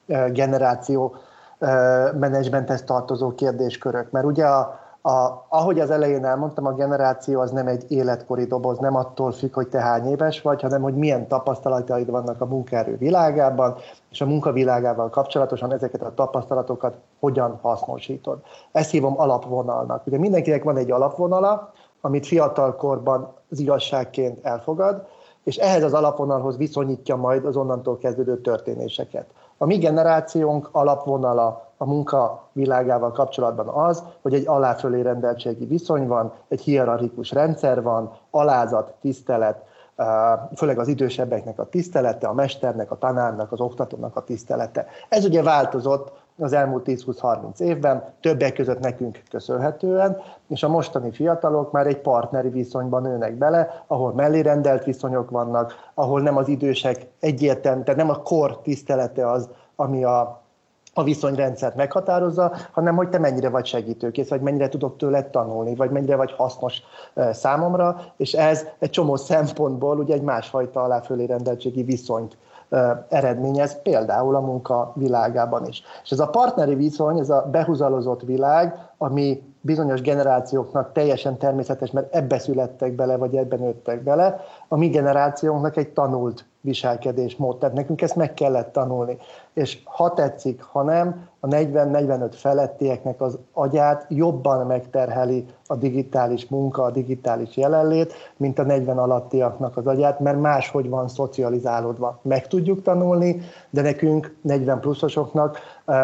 generáció menedzsmenthez tartozó kérdéskörök. Mert ugye, a, a, ahogy az elején elmondtam, a generáció az nem egy életkori doboz, nem attól függ, hogy te hány éves vagy, hanem hogy milyen tapasztalataid vannak a munkaerő világában, és a munkavilágával kapcsolatosan ezeket a tapasztalatokat hogyan hasznosítod. Ezt hívom alapvonalnak. Ugye mindenkinek van egy alapvonala, amit fiatalkorban az igazságként elfogad, és ehhez az alapvonalhoz viszonyítja majd az onnantól kezdődő történéseket. A mi generációnk alapvonala a munka világával kapcsolatban az, hogy egy alá-fölé rendeltségi viszony van, egy hierarchikus rendszer van, alázat, tisztelet, főleg az idősebbeknek a tisztelete, a mesternek, a tanárnak, az oktatónak a tisztelete. Ez ugye változott az elmúlt tíz-húsz-harminc évben, többek között nekünk köszönhetően, és a mostani fiatalok már egy partneri viszonyban nőnek bele, ahol mellérendelt viszonyok vannak, ahol nem az idősek egyértelmű, tehát nem a kor tisztelete az, ami a, a viszonyrendszert meghatározza, hanem hogy te mennyire vagy segítőkész, vagy mennyire tudok tőled tanulni, vagy mennyire vagy hasznos számomra, és ez egy csomó szempontból ugye egy másfajta alá-fölé rendeltségi viszonyt eredményez, például a munka világában is. És ez a partneri viszony, ez a behúzalozott világ, ami bizonyos generációknak teljesen természetes, mert ebbe születtek bele, vagy ebben nőttek bele, a mi generációnknak egy tanult viselkedésmód. Tehát nekünk ezt meg kellett tanulni. És ha tetszik, ha nem, a negyven-negyvenöt felettieknek az agyát jobban megterheli a digitális munka, a digitális jelenlét, mint a negyven alattiaknak az agyát, mert máshogy van szocializálódva. Meg tudjuk tanulni, de nekünk negyven pluszosoknak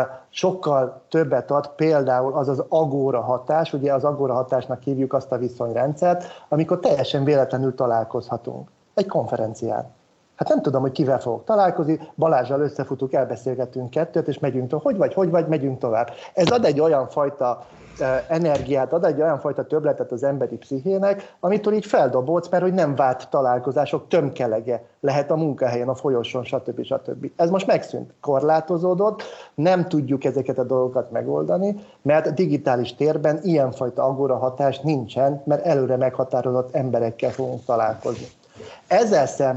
sokkal többet ad például az az agóra hatás, ugye az agóra hatásnak hívjuk azt a viszonyrendszert, amikor teljesen véletlenül találkozhatunk egy konferencián. Hát nem tudom, hogy kivel fogok találkozni, Balázsral összefutunk, elbeszélgetünk kettőt, és megyünk tovább. Hogy vagy, hogy vagy, megyünk tovább. Ez ad egy olyan fajta energiát, ad egy olyan fajta többletet az emberi pszichének, amitől így feldobódsz, mert hogy nem várt találkozások tömkelege lehet a munkahelyen, a folyosón, stb. stb. Ez most megszűnt, korlátozódott, nem tudjuk ezeket a dolgokat megoldani, mert a digitális térben ilyenfajta agóra hatás nincsen, mert előre meghatározott emberekkel fogunk találkozni. Ezzel szemben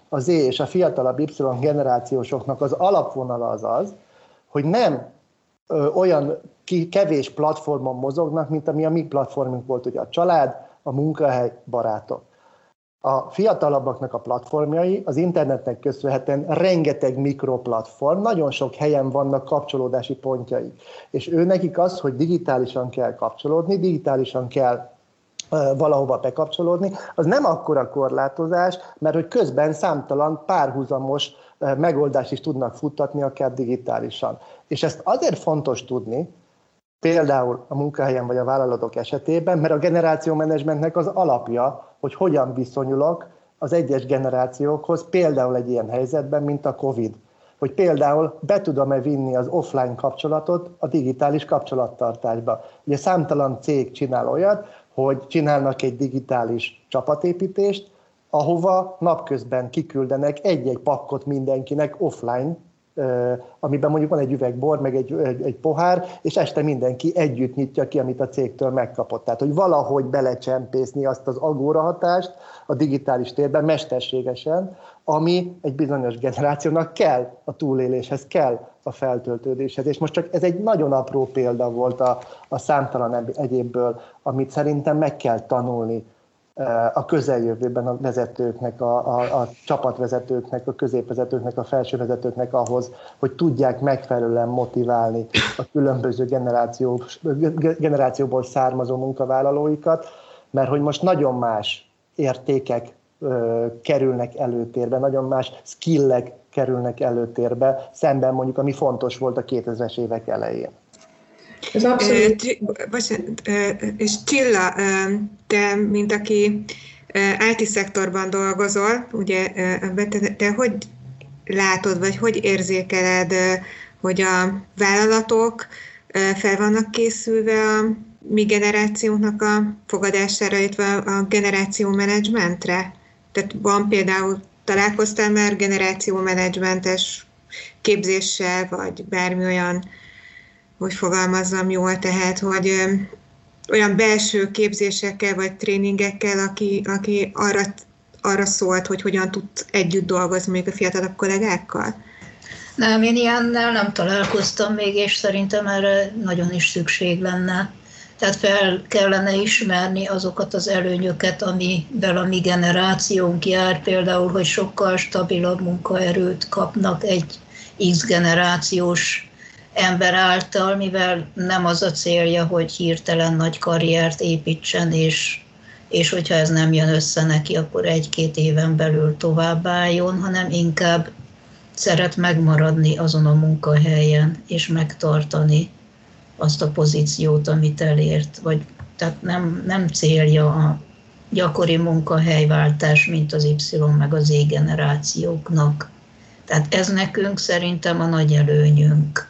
a Z és a fiatalabb Y generációsoknak az alapvonala az az, hogy nem ö, olyan ki, kevés platformon mozognak, mint ami a mi platformunk volt, ugye a család, a munkahely, barátok. A fiatalabbaknak a platformjai az internetnek köszönhetően rengeteg mikroplatform, nagyon sok helyen vannak kapcsolódási pontjai. És ő nekik az, hogy digitálisan kell kapcsolódni, digitálisan kell valahova bekapcsolódni, az nem akkora korlátozás, mert hogy közben számtalan párhuzamos megoldást is tudnak futtatni, akár digitálisan. És ezt azért fontos tudni, például a munkahelyen vagy a vállalatok esetében, mert a generációmenedzsmentnek az alapja, hogy hogyan viszonyulok az egyes generációkhoz, például egy ilyen helyzetben, mint a Covid. Hogy például be tudom-e vinni az offline kapcsolatot a digitális kapcsolattartásba. Ugye számtalan cég csinál olyat, hogy csinálnak egy digitális csapatépítést, ahova napközben kiküldenek egy-egy pakkot mindenkinek offline, amiben mondjuk van egy üveg bor, meg egy, egy, egy pohár, és este mindenki együtt nyitja ki, amit a cégtől megkapott. Tehát, hogy valahogy belecsempészni azt az agóra hatást a digitális térben mesterségesen, ami egy bizonyos generációnak kell a túléléshez, kell a feltöltődéshez. És most csak ez egy nagyon apró példa volt a, a számtalan egyébből, amit szerintem meg kell tanulni a közeljövőben a vezetőknek, a, a, a csapatvezetőknek, a középvezetőknek, a felsővezetőknek ahhoz, hogy tudják megfelelően motiválni a különböző generáció, generációból származó munkavállalóikat, mert hogy most nagyon más értékek ö, kerülnek előtérbe, nagyon más skillek kerülnek előtérbe, szemben mondjuk, ami fontos volt a kétezres évek elején. Ez abszolút. És Csilla, te, mint aki í té szektorban dolgozol, ugye, te hogy látod, vagy hogy érzékeled, hogy a vállalatok fel vannak készülve a mi generációnknak a fogadására, illetve a generációmenedzsmentre? Tehát van például, találkoztál már generációmenedzsmentes képzéssel, vagy bármi olyan, hogy fogalmazzam jól, tehát, hogy ö, olyan belső képzésekkel vagy tréningekkel, aki, aki arra, arra szólt, hogy hogyan tud együtt dolgozni még a fiatalabb kollégákkal? Nem, én ilyennel nem találkoztam még, és szerintem erre nagyon is szükség lenne. Tehát fel kellene ismerni azokat az előnyöket, amivel a mi generációnk jár, például, hogy sokkal stabilabb munkaerőt kapnak egy X generációs ember által, mivel nem az a célja, hogy hirtelen nagy karriert építsen, és, és hogyha ez nem jön össze neki, akkor egy-két éven belül továbbálljon, hanem inkább szeret megmaradni azon a munkahelyen, és megtartani azt a pozíciót, amit elért. Vagy, tehát nem, nem célja a gyakori munkahelyváltás, mint az Y meg az Z generációknak. Tehát ez nekünk szerintem a nagy előnyünk.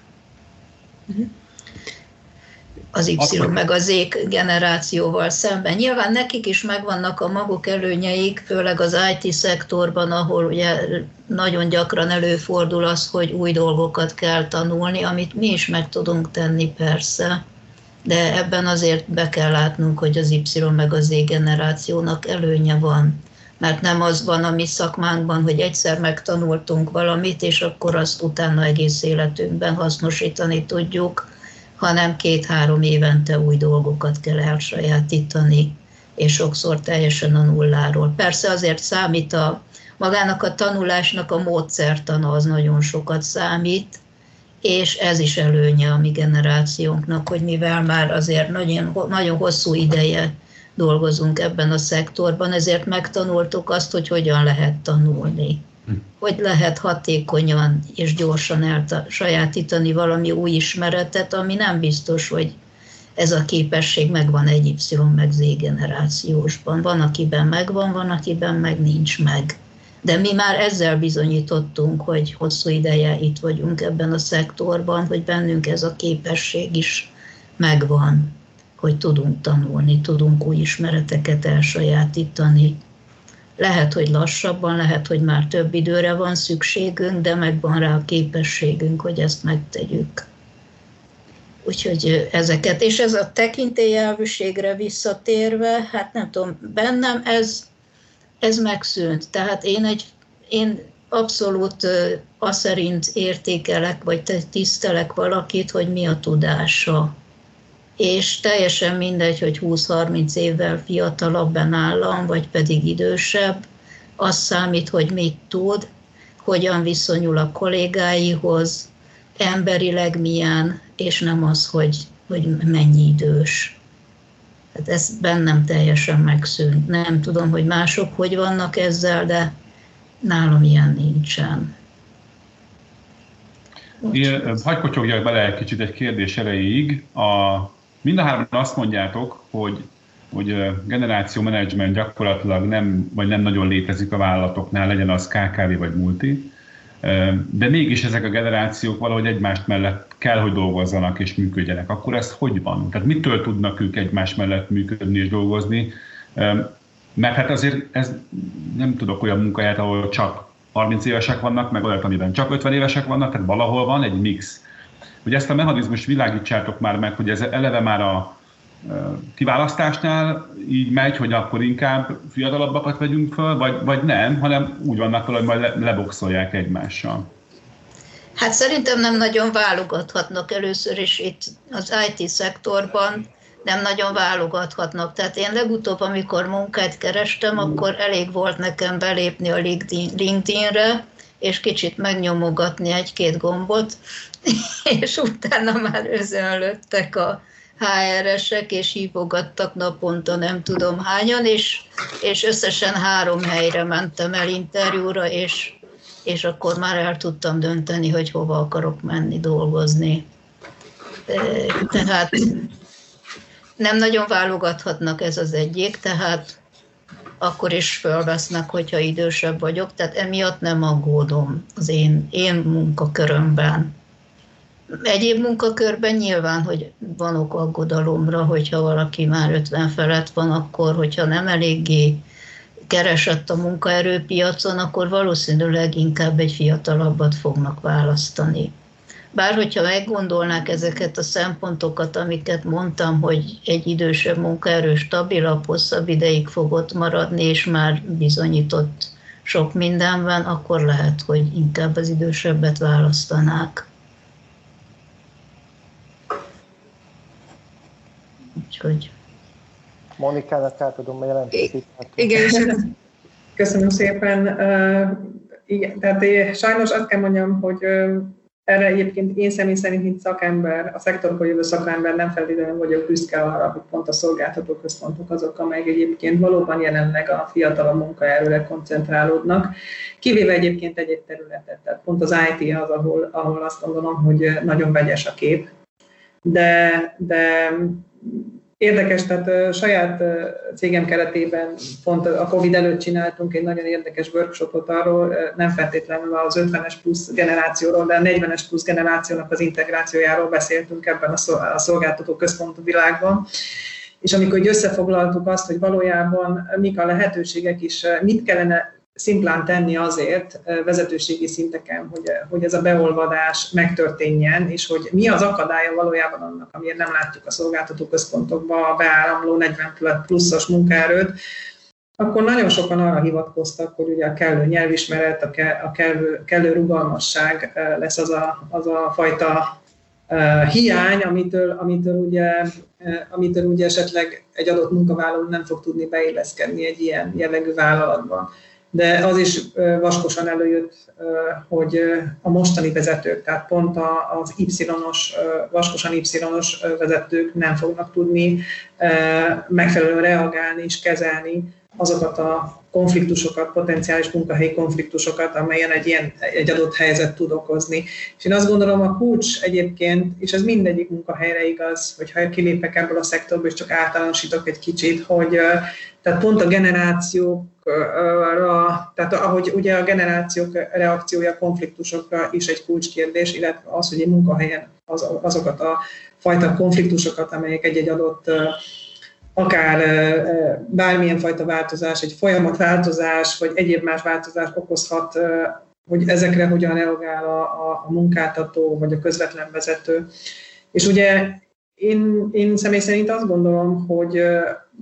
Az Y Akkor... meg a Z generációval szemben. Nyilván nekik is megvannak a maguk előnyeik, főleg az í té szektorban, ahol ugye nagyon gyakran előfordul az, hogy új dolgokat kell tanulni, amit mi is meg tudunk tenni persze, de ebben azért be kell látnunk, hogy az Y meg a Z generációnak előnye van. Mert nem az van a mi szakmánkban, hogy egyszer megtanultunk valamit, és akkor azt utána egész életünkben hasznosítani tudjuk, hanem két-három évente új dolgokat kell elsajátítani, és sokszor teljesen a nulláról. Persze azért számít a magának a tanulásnak a módszertana, az nagyon sokat számít, és ez is előnye a mi generációnknak, hogy mivel már azért nagyon, nagyon hosszú ideje dolgozunk ebben a szektorban, ezért megtanultuk azt, hogy hogyan lehet tanulni. Hm. Hogy lehet hatékonyan és gyorsan elsajátítani valami új ismeretet, ami nem biztos, hogy ez a képesség megvan egy Y meg Z generációsban. Van, akiben megvan, van, akiben meg nincs meg. De mi már ezzel bizonyítottunk, hogy hosszú ideje itt vagyunk ebben a szektorban, hogy bennünk ez a képesség is megvan, hogy tudunk tanulni, tudunk új ismereteket elsajátítani. Lehet, hogy lassabban, lehet, hogy már több időre van szükségünk, de megvan rá a képességünk, hogy ezt megtegyük. Úgyhogy ezeket, és ez a tekintélyelvűségre visszatérve, hát nem tudom, bennem ez, ez megszűnt. Tehát én egy, én abszolút azt szerint értékelek, vagy tisztelek valakit, hogy mi a tudása. És teljesen mindegy, hogy húsz-harminc évvel fiatalabb nálam, vagy pedig idősebb, az számít, hogy mit tud, hogyan viszonyul a kollégáihoz, emberileg milyen, és nem az, hogy, hogy mennyi idős. Hát ez bennem teljesen megszűnt. Nem tudom, hogy mások hogy vannak ezzel, de nálam ilyen nincsen. Hadd kocsogjak bele egy kicsit egy kérdés erejéig. A, mind a hárman azt mondjátok, hogy, hogy generáció menedzsment gyakorlatilag nem, vagy nem nagyon létezik a vállalatoknál, legyen az ká ká vé vagy multi, de mégis ezek a generációk valahogy egymást mellett kell, hogy dolgozzanak és működjenek. Akkor ez hogy van? Tehát mitől tudnak ők egymás mellett működni és dolgozni? Mert hát azért ez, nem tudok olyan munkahelyet, ahol csak harminc évesek vannak, meg olyat, amiben csak ötven évesek vannak, tehát valahol van egy mix. Hogy ezt a mechanizmust világítsátok már meg, hogy ez eleve már a kiválasztásnál így megy, hogy akkor inkább fiatalabbakat vegyünk föl, vagy, vagy nem, hanem úgy vannak fel, hogy majd le, leboxolják egymással. Hát szerintem nem nagyon válogathatnak először is itt az i té szektorban, nem nagyon válogathatnak. Tehát én legutóbb, amikor munkát kerestem, akkor elég volt nekem belépni a LinkedIn-re, és kicsit megnyomogatni egy-két gombot, és utána már özönlöttek a há er esek, és hívogattak naponta nem tudom hányan, és, és összesen három helyre mentem el interjúra, és, és akkor már el tudtam dönteni, hogy hova akarok menni dolgozni. Tehát nem nagyon válogathatnak, ez az egyik, tehát akkor is fölvesznek, hogyha idősebb vagyok, tehát emiatt nem aggódom az én, én munkakörömben. Egyéb munkakörben nyilván, hogy van ok aggodalomra, hogyha valaki már ötven felett van, akkor, hogyha nem eléggé keresett a munkaerőpiacon, akkor valószínűleg inkább egy fiatalabbat fognak választani. Bár hogyha meggondolnák ezeket a szempontokat, amiket mondtam, hogy egy idősebb munkaerő stabilabb, hosszabb ideig fog ott maradni, és már bizonyított sok mindenben, akkor lehet, hogy inkább az idősebbet választanák. Úgyhogy... Monikának átadom a jelentést. Igen, és köszönöm szépen. Uh, igen, tehát én, sajnos azt kell mondjam, hogy uh, erre egyébként én személy szerint, mint szakember, a szektorból jövő szakember nem feltétlenül vagyok büszke arra, hogy pont a szolgáltató központok azok, amelyek egyébként valóban jelenleg a fiatalabb munkaerőre koncentrálódnak, kivéve egyébként egy-egy területet. Tehát pont az i té az, ahol, ahol azt gondolom, hogy nagyon vegyes a kép. De, de érdekes, tehát saját cégem keretében pont a Covid előtt csináltunk egy nagyon érdekes workshopot arról, nem feltétlenül az ötvenes plusz generációról, de a negyvenes plusz generációnak az integrációjáról beszéltünk ebben a szolgáltató központú világban. És amikor így összefoglaltuk azt, hogy valójában mik a lehetőségek is, mit kellene szimplán tenni azért vezetőségi szinteken, hogy, hogy ez a beolvadás megtörténjen, és hogy mi az akadálya valójában annak, amiért nem látjuk a szolgáltató központokba a beáramló negyven pluszos munkaerőt, akkor nagyon sokan arra hivatkoztak, hogy ugye a kellő nyelvismeret, a, ke, a kellő, kellő rugalmasság lesz az a, az a fajta uh, hiány, amitől, amitől, ugye, uh, amitől ugye esetleg egy adott munkavállaló nem fog tudni beilleszkedni egy ilyen jellegű vállalatban. De az is vaskosan előjött, hogy a mostani vezetők, tehát pont az Y-os, vaskosan Y-os vezetők nem fognak tudni megfelelően reagálni és kezelni azokat a konfliktusokat, potenciális munkahelyi konfliktusokat, amelyen egy, ilyen, egy adott helyzet tud okozni. És én azt gondolom, a kulcs egyébként, és ez mindegyik munkahelyre igaz, hogyha kilépek ebből a szektorból, és csak általánosítok egy kicsit, hogy tehát pont a generációkra, tehát ahogy ugye a generációk reakciója konfliktusokra is egy kulcskérdés, illetve az, hogy egy munkahelyen az, azokat a fajta konfliktusokat, amelyek egy-egy adott akár bármilyen fajta változás, egy folyamatváltozás, vagy egyéb más változás okozhat, hogy ezekre hogyan reagál a, a, a munkáltató, vagy a közvetlen vezető. És ugye én, én személy szerint azt gondolom, hogy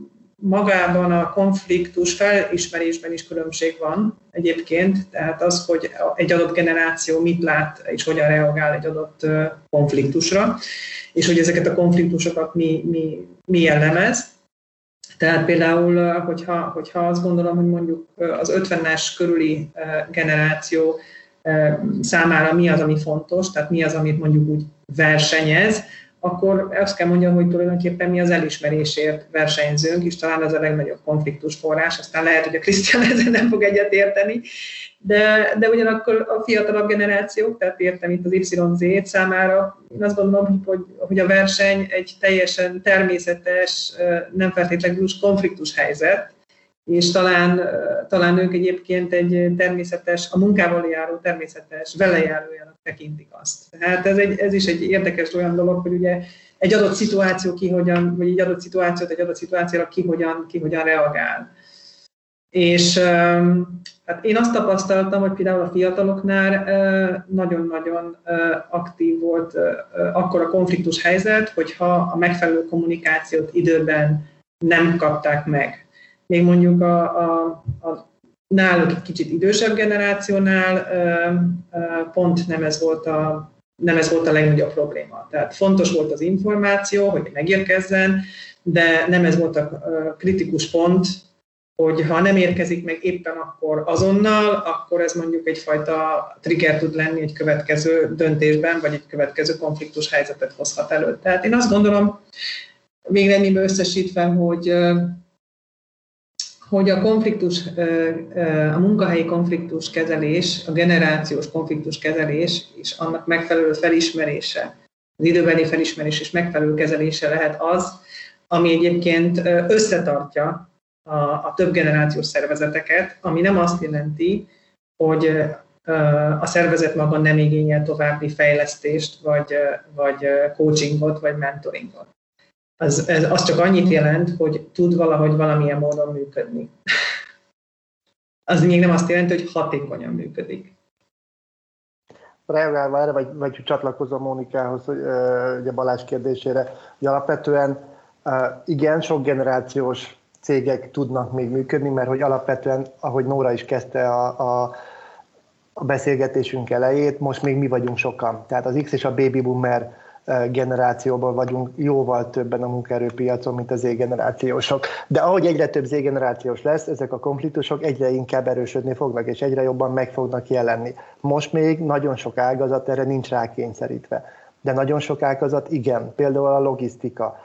magában a konfliktus felismerésben is különbség van egyébként, tehát az, hogy egy adott generáció mit lát és hogyan reagál egy adott konfliktusra, és hogy ezeket a konfliktusokat mi, mi, mi jellemez. Tehát például, hogyha, hogyha azt gondolom, hogy mondjuk az ötvenes körüli generáció számára mi az, ami fontos, tehát mi az, amit mondjuk úgy versenyez, akkor azt kell mondjam, hogy tulajdonképpen mi az elismerésért versenyzünk, és talán ez a legnagyobb konfliktus forrás, aztán lehet, hogy a Krisztián ezzel nem fog egyet érteni, de, de ugyanakkor a fiatalabb generációk, tehát értem itt az Y Z számára, én azt gondolom, hogy, hogy a verseny egy teljesen természetes, nem feltétlenül konfliktus helyzet, és talán, talán ők egyébként egy természetes, a munkával járó természetes velejárójának tekintik azt. Tehát ez, egy, ez is egy érdekes olyan dolog, hogy ugye egy adott szituáció ki hogyan, vagy egy adott szituációt, egy adott szituációra ki hogyan, ki hogyan reagál. És hát én azt tapasztaltam, hogy például a fiataloknál nagyon-nagyon aktív volt akkor a konfliktus helyzet, hogyha a megfelelő kommunikációt időben nem kapták meg. Még mondjuk a, a, a náluk egy kicsit idősebb generációnál pont nem ez volt a, nem ez volt a legnagyobb probléma. Tehát fontos volt az információ, hogy megérkezzen, de nem ez volt a kritikus pont, hogy ha nem érkezik meg éppen akkor azonnal, akkor ez mondjuk egyfajta trigger tud lenni egy következő döntésben, vagy egy következő konfliktus helyzetet hozhat elő. Tehát én azt gondolom, végeredményben összesítve, hogy hogy a konfliktus, a munkahelyi konfliktus kezelés, a generációs konfliktus kezelés és annak megfelelő felismerése, az időbeni felismerés és megfelelő kezelése lehet az, ami egyébként összetartja a, a több generációs szervezeteket, ami nem azt jelenti, hogy a szervezet maga nem igényel további fejlesztést, vagy, vagy coachingot, vagy mentoringot. Az, ez, az csak annyit jelent, hogy tud valahogy valamilyen módon működni. Az még nem azt jelenti, hogy hatékonyan működik. Reagálva erre, vagy, vagy csatlakozom Mónikához, hogy, ugye Balázs kérdésére, hogy alapvetően igen, sok generációs cégek tudnak még működni, mert hogy alapvetően, ahogy Nóra is kezdte a, a, a beszélgetésünk elejét, most még mi vagyunk sokan. Tehát az X és a baby boomer generációból vagyunk jóval többen a munkaerőpiacon, mint az Z-generációsok. De ahogy egyre több Z-generációs lesz, ezek a konfliktusok egyre inkább erősödni fognak, és egyre jobban meg fognak jelenni. Most még nagyon sok ágazat erre nincs rákényszerítve. De nagyon sok ágazat igen, például a logisztika.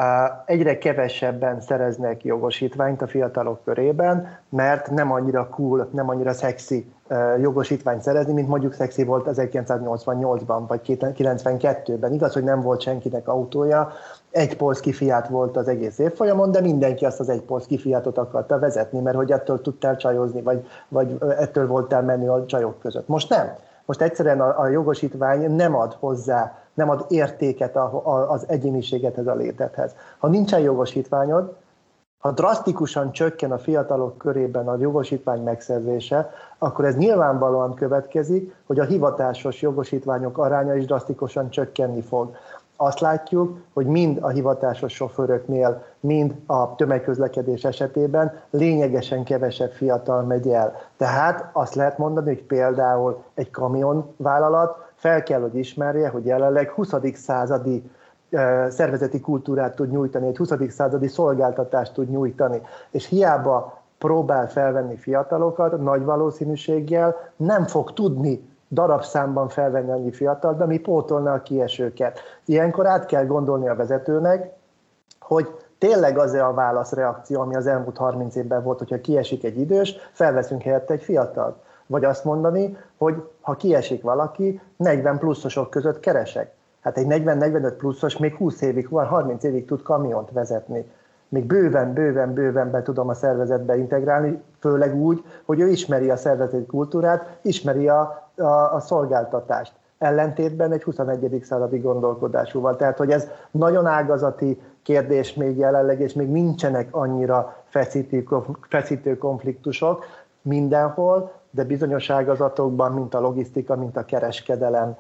Egyre kevesebben szereznek jogosítványt a fiatalok körében, mert nem annyira cool, nem annyira szexi jogosítványt szerezni, mint mondjuk szexi volt ezerkilencszáznyolcvannyolcban vagy kilencvenkettőben. Igaz, hogy nem volt senkinek autója, egy polszki Fiat volt az egész évfolyamon, de mindenki azt az egy polszki Fiatot akarta vezetni, mert hogy ettől tudtál csajozni, vagy, vagy ettől voltál menni a csajok között. Most nem. Most egyszerűen a, a jogosítvány nem ad hozzá, nem ad értéket a, a, az egyéniségethez, a létedhez. Ha nincsen jogosítványod, ha drasztikusan csökken a fiatalok körében a jogosítvány megszerzése, akkor ez nyilvánvalóan következik, hogy a hivatásos jogosítványok aránya is drasztikusan csökkenni fog. Azt látjuk, hogy mind a hivatásos sofőröknél, mind a tömegközlekedés esetében lényegesen kevesebb fiatal megy el. Tehát azt lehet mondani, hogy például egy kamionvállalat fel kell, hogy ismerje, hogy jelenleg huszadik századi szervezeti kultúrát tud nyújtani, egy huszadik századi szolgáltatást tud nyújtani, és hiába próbál felvenni fiatalokat, nagy valószínűséggel nem fog tudni darabszámban felvenni annyi fiatalt, de mi pótolna a kiesőket. Ilyenkor át kell gondolni a vezetőnek, hogy tényleg az-e a válaszreakció, ami az elmúlt harminc évben volt, hogyha kiesik egy idős, felveszünk helyette egy fiatalt. Vagy azt mondani, hogy ha kiesik valaki, negyven pluszosok között keresek. Hát egy negyven-negyvenöt pluszos még húsz évig van, harminc évig tud kamiont vezetni. Még bőven, bőven, bőven be tudom a szervezetbe integrálni, főleg úgy, hogy ő ismeri a szervezeti kultúrát, ismeri a, a, a szolgáltatást. Ellentétben egy huszonegyedik századi gondolkodásúval. Tehát, hogy ez nagyon ágazati kérdés még jelenleg, és még nincsenek annyira feszítő, feszítő konfliktusok mindenhol, de bizonyos ágazatokban, mint a logisztika, mint a kereskedelem,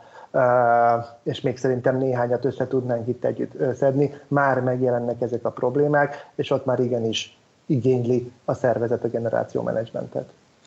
és még szerintem néhányat össze tudnánk itt együtt szedni, már megjelennek ezek a problémák, és ott már igenis igényli a szervezet a generációmenedzsmentet.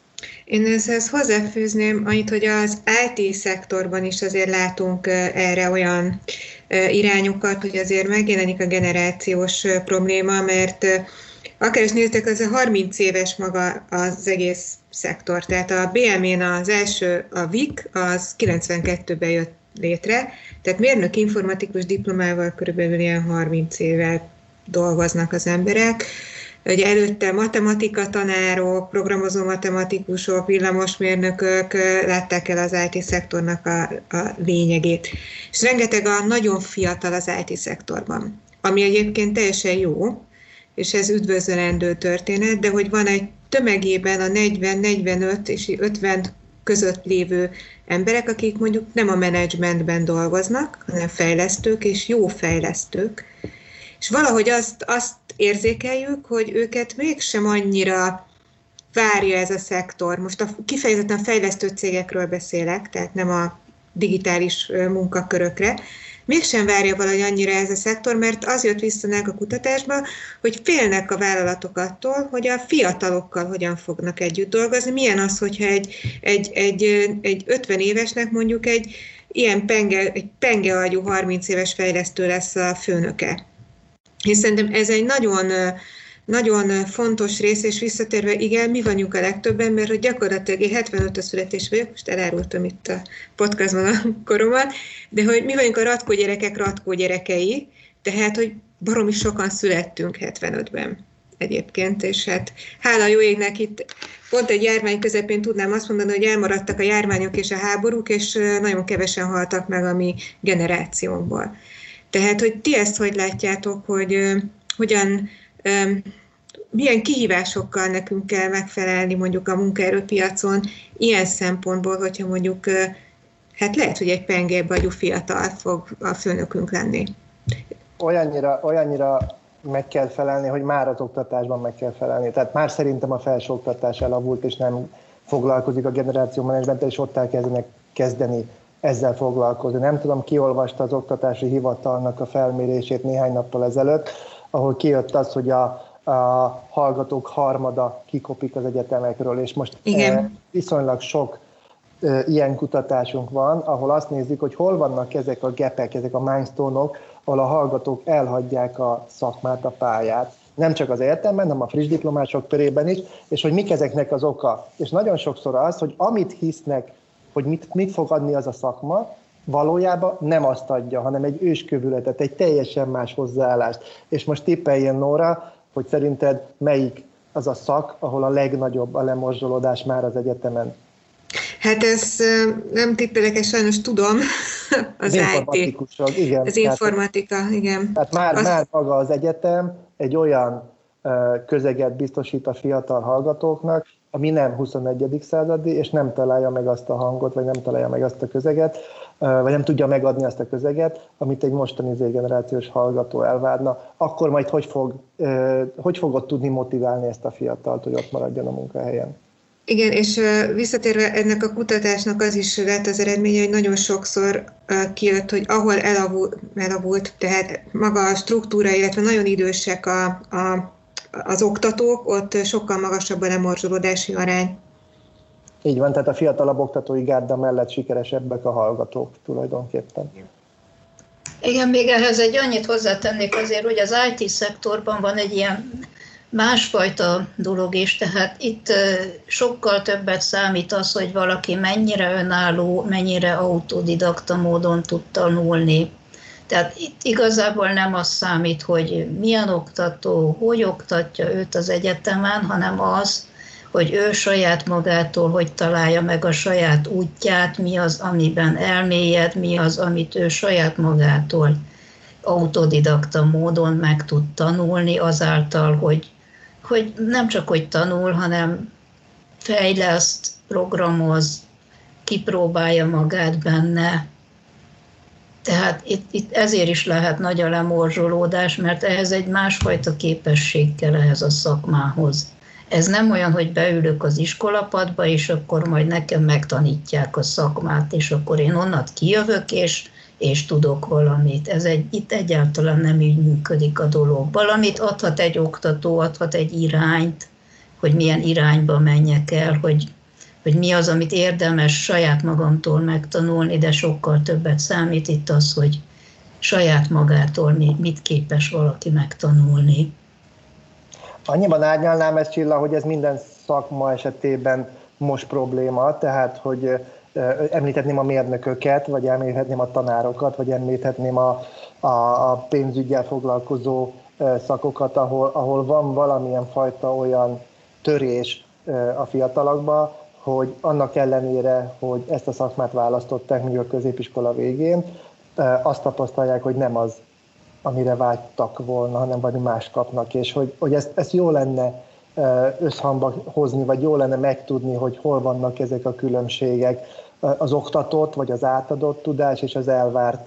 Én ezzel hozzáfűzném annyit, hogy az i té szektorban is azért látunk erre olyan irányokat, hogy azért megjelenik a generációs probléma, mert akár is néztek, az a harminc éves maga az egész szektor. Tehát a bé em é-n az első, a vé i ká, az kilencvenkettőben jött létre, tehát mérnök informatikus diplomával körülbelül ilyen harminc éve dolgoznak az emberek. Ugye előtte matematika tanárok, programozó matematikusok, villamosmérnökök látták el az i té szektornak a, a lényegét. És rengeteg a nagyon fiatal az i té szektorban, ami egyébként teljesen jó, és ez üdvözlendő történet, de hogy van egy tömegében a negyven, negyvenöt és ötven között lévő emberek, akik mondjuk nem a menedzsmentben dolgoznak, hanem fejlesztők, és jó fejlesztők, és valahogy azt, azt érzékeljük, hogy őket mégsem annyira várja ez a szektor. Most a kifejezetten fejlesztő cégekről beszélek, tehát nem a digitális munkakörökre, mégsem várja valahogy annyira ez a szektor, mert az jött vissza a kutatásba, hogy félnek a vállalatok attól, hogy a fiatalokkal hogyan fognak együtt dolgozni. Milyen az, hogyha egy, egy, egy, egy ötven évesnek mondjuk egy ilyen penge, egy pengeagyú harminc éves fejlesztő lesz a főnöke. És szerintem ez egy nagyon, nagyon fontos rész, és visszatérve, igen, mi vagyunk a legtöbben, mert hogy gyakorlatilag én hetvenötös születés vagyok, most elárultam itt a podcastban a koromat, de hogy mi vagyunk a ratkó gyerekek ratkó gyerekei, tehát, hogy baromi sokan születtünk hetvenötben egyébként, és hát hála jó égnek itt pont egy járvány közepén tudnám azt mondani, hogy elmaradtak a járványok és a háborúk, és nagyon kevesen haltak meg a mi generációnkból. Tehát, hogy ti ezt hogy látjátok, hogy uh, hogyan, um, milyen kihívásokkal nekünk kell megfelelni mondjuk a munkaerőpiacon ilyen szempontból, hogyha mondjuk, uh, hát lehet, hogy egy pengébb agyú fiatal fog a főnökünk lenni. Olyannyira, olyannyira meg kell felelni, hogy már az oktatásban meg kell felelni. Tehát már szerintem a felsőoktatás elavult, és nem foglalkozik a generációmenedzsmenttel, és ott elkezdenek kezdeni ezzel foglalkozni. Nem tudom, ki olvasta az oktatási hivatalnak a felmérését néhány nappal ezelőtt, ahol kijött az, hogy a, a hallgatók harmada kikopik az egyetemekről, és most e, viszonylag sok e, ilyen kutatásunk van, ahol azt nézik, hogy hol vannak ezek a gepek, ezek a milestone-ok, ahol a hallgatók elhagyják a szakmát, a pályát. Nem csak az egyetemben, hanem a friss diplomások körében is, és hogy mik ezeknek az oka. És nagyon sokszor az, hogy amit hisznek, hogy mit, mit fog adni az a szakma, valójában nem azt adja, hanem egy őskövületet, egy teljesen más hozzáállást. És most tippeljen, Nóra, hogy szerinted melyik az a szak, ahol a legnagyobb a lemorzsolódás már az egyetemen? Hát ez nem tippelek, ezt sajnos tudom, az, az i té. Igen. Az informatika, tehát, igen. Tehát már, Azt... már maga az egyetem egy olyan közeget biztosít a fiatal hallgatókóknak, ami nem huszonegyedik századi, és nem találja meg azt a hangot, vagy nem találja meg azt a közeget, vagy nem tudja megadni azt a közeget, amit egy mostani z-generációs hallgató elvárna. Akkor majd hogy, fog, hogy fogod tudni motiválni ezt a fiatalt, hogy ott maradjon a munkahelyen? Igen, és visszatérve ennek a kutatásnak az is lett az eredménye, hogy nagyon sokszor kijött, hogy ahol elavult, elavult tehát maga a struktúra, illetve nagyon idősek a, a az oktatók, ott sokkal magasabb a lemorzsolódási arány. Így van, tehát a fiatalabb oktatói gárda mellett sikeresebbek a hallgatók tulajdonképpen. Igen, még ehhez egy annyit hozzátennék azért, hogy az i té szektorban van egy ilyen másfajta dolog is, tehát itt sokkal többet számít az, hogy valaki mennyire önálló, mennyire autodidakta módon tud tanulni. Tehát itt igazából nem az számít, hogy milyen oktató, hogy oktatja őt az egyetemen, hanem az, hogy ő saját magától hogy találja meg a saját útját, mi az, amiben elmélyed, mi az, amit ő saját magától autodidakta módon meg tud tanulni azáltal, hogy, hogy nem csak hogy tanul, hanem fejleszt, programoz, kipróbálja magát benne. Tehát itt, itt ezért is lehet nagy a lemorzsolódás, mert ehhez egy másfajta képesség kell ehhez a szakmához. Ez nem olyan, hogy beülök az iskolapadba, és akkor majd nekem megtanítják a szakmát, és akkor én onnan kijövök, és és tudok valamit. Ez egy, itt egyáltalán nem így működik a dolog. Valamit adhat egy oktató, adhat egy irányt, hogy milyen irányba menjek el, hogy, hogy mi az, amit érdemes saját magamtól megtanulni, de sokkal többet számít itt az, hogy saját magától mit képes valaki megtanulni. Annyiban árnyalnám ezt, Csilla, hogy ez minden szakma esetében most probléma, tehát hogy említhetném a mérnököket, vagy említhetném a tanárokat, vagy említhetném a, a, a pénzüggyel foglalkozó szakokat, ahol, ahol van valamilyen fajta olyan törés a fiatalokban, hogy annak ellenére, hogy ezt a szakmát választották mondjuk a középiskola végén, azt tapasztalják, hogy nem az, amire vágytak volna, hanem valami más kapnak, és hogy, hogy ezt, ezt jó lenne összhangba hozni, vagy jó lenne megtudni, hogy hol vannak ezek a különbségek, az oktatott, vagy az átadott tudás, és az elvárt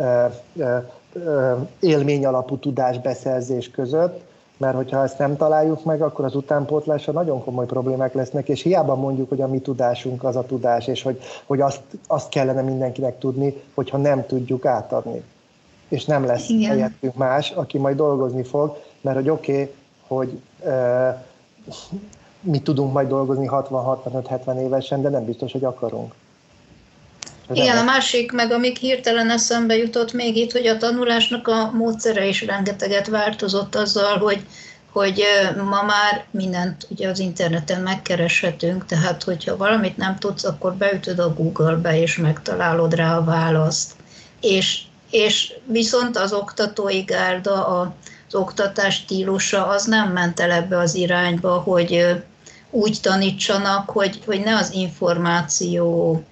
élmény alapú tudásbeszerzés között, mert hogyha ezt nem találjuk meg, akkor az utánpótlásra nagyon komoly problémák lesznek, és hiába mondjuk, hogy a mi tudásunk az a tudás, és hogy, hogy azt, azt kellene mindenkinek tudni, hogyha nem tudjuk átadni. És nem lesz Igen. helyettünk más, aki majd dolgozni fog, mert hogy oké, okay, hogy e, mi tudunk majd dolgozni hatvan hatvanöt hetven évesen, de nem biztos, hogy akarunk. Ez Igen, a másik, meg amíg hirtelen eszembe jutott még itt, hogy a tanulásnak a módszere is rengeteget változott azzal, hogy, hogy ma már mindent ugye az interneten megkereshetünk, tehát hogyha valamit nem tudsz, akkor beütöd a Google-be, és megtalálod rá a választ. És, és viszont az oktatói gárda, az oktatás stílusa az nem ment el ebbe az irányba, hogy úgy tanítsanak, hogy, hogy ne az információ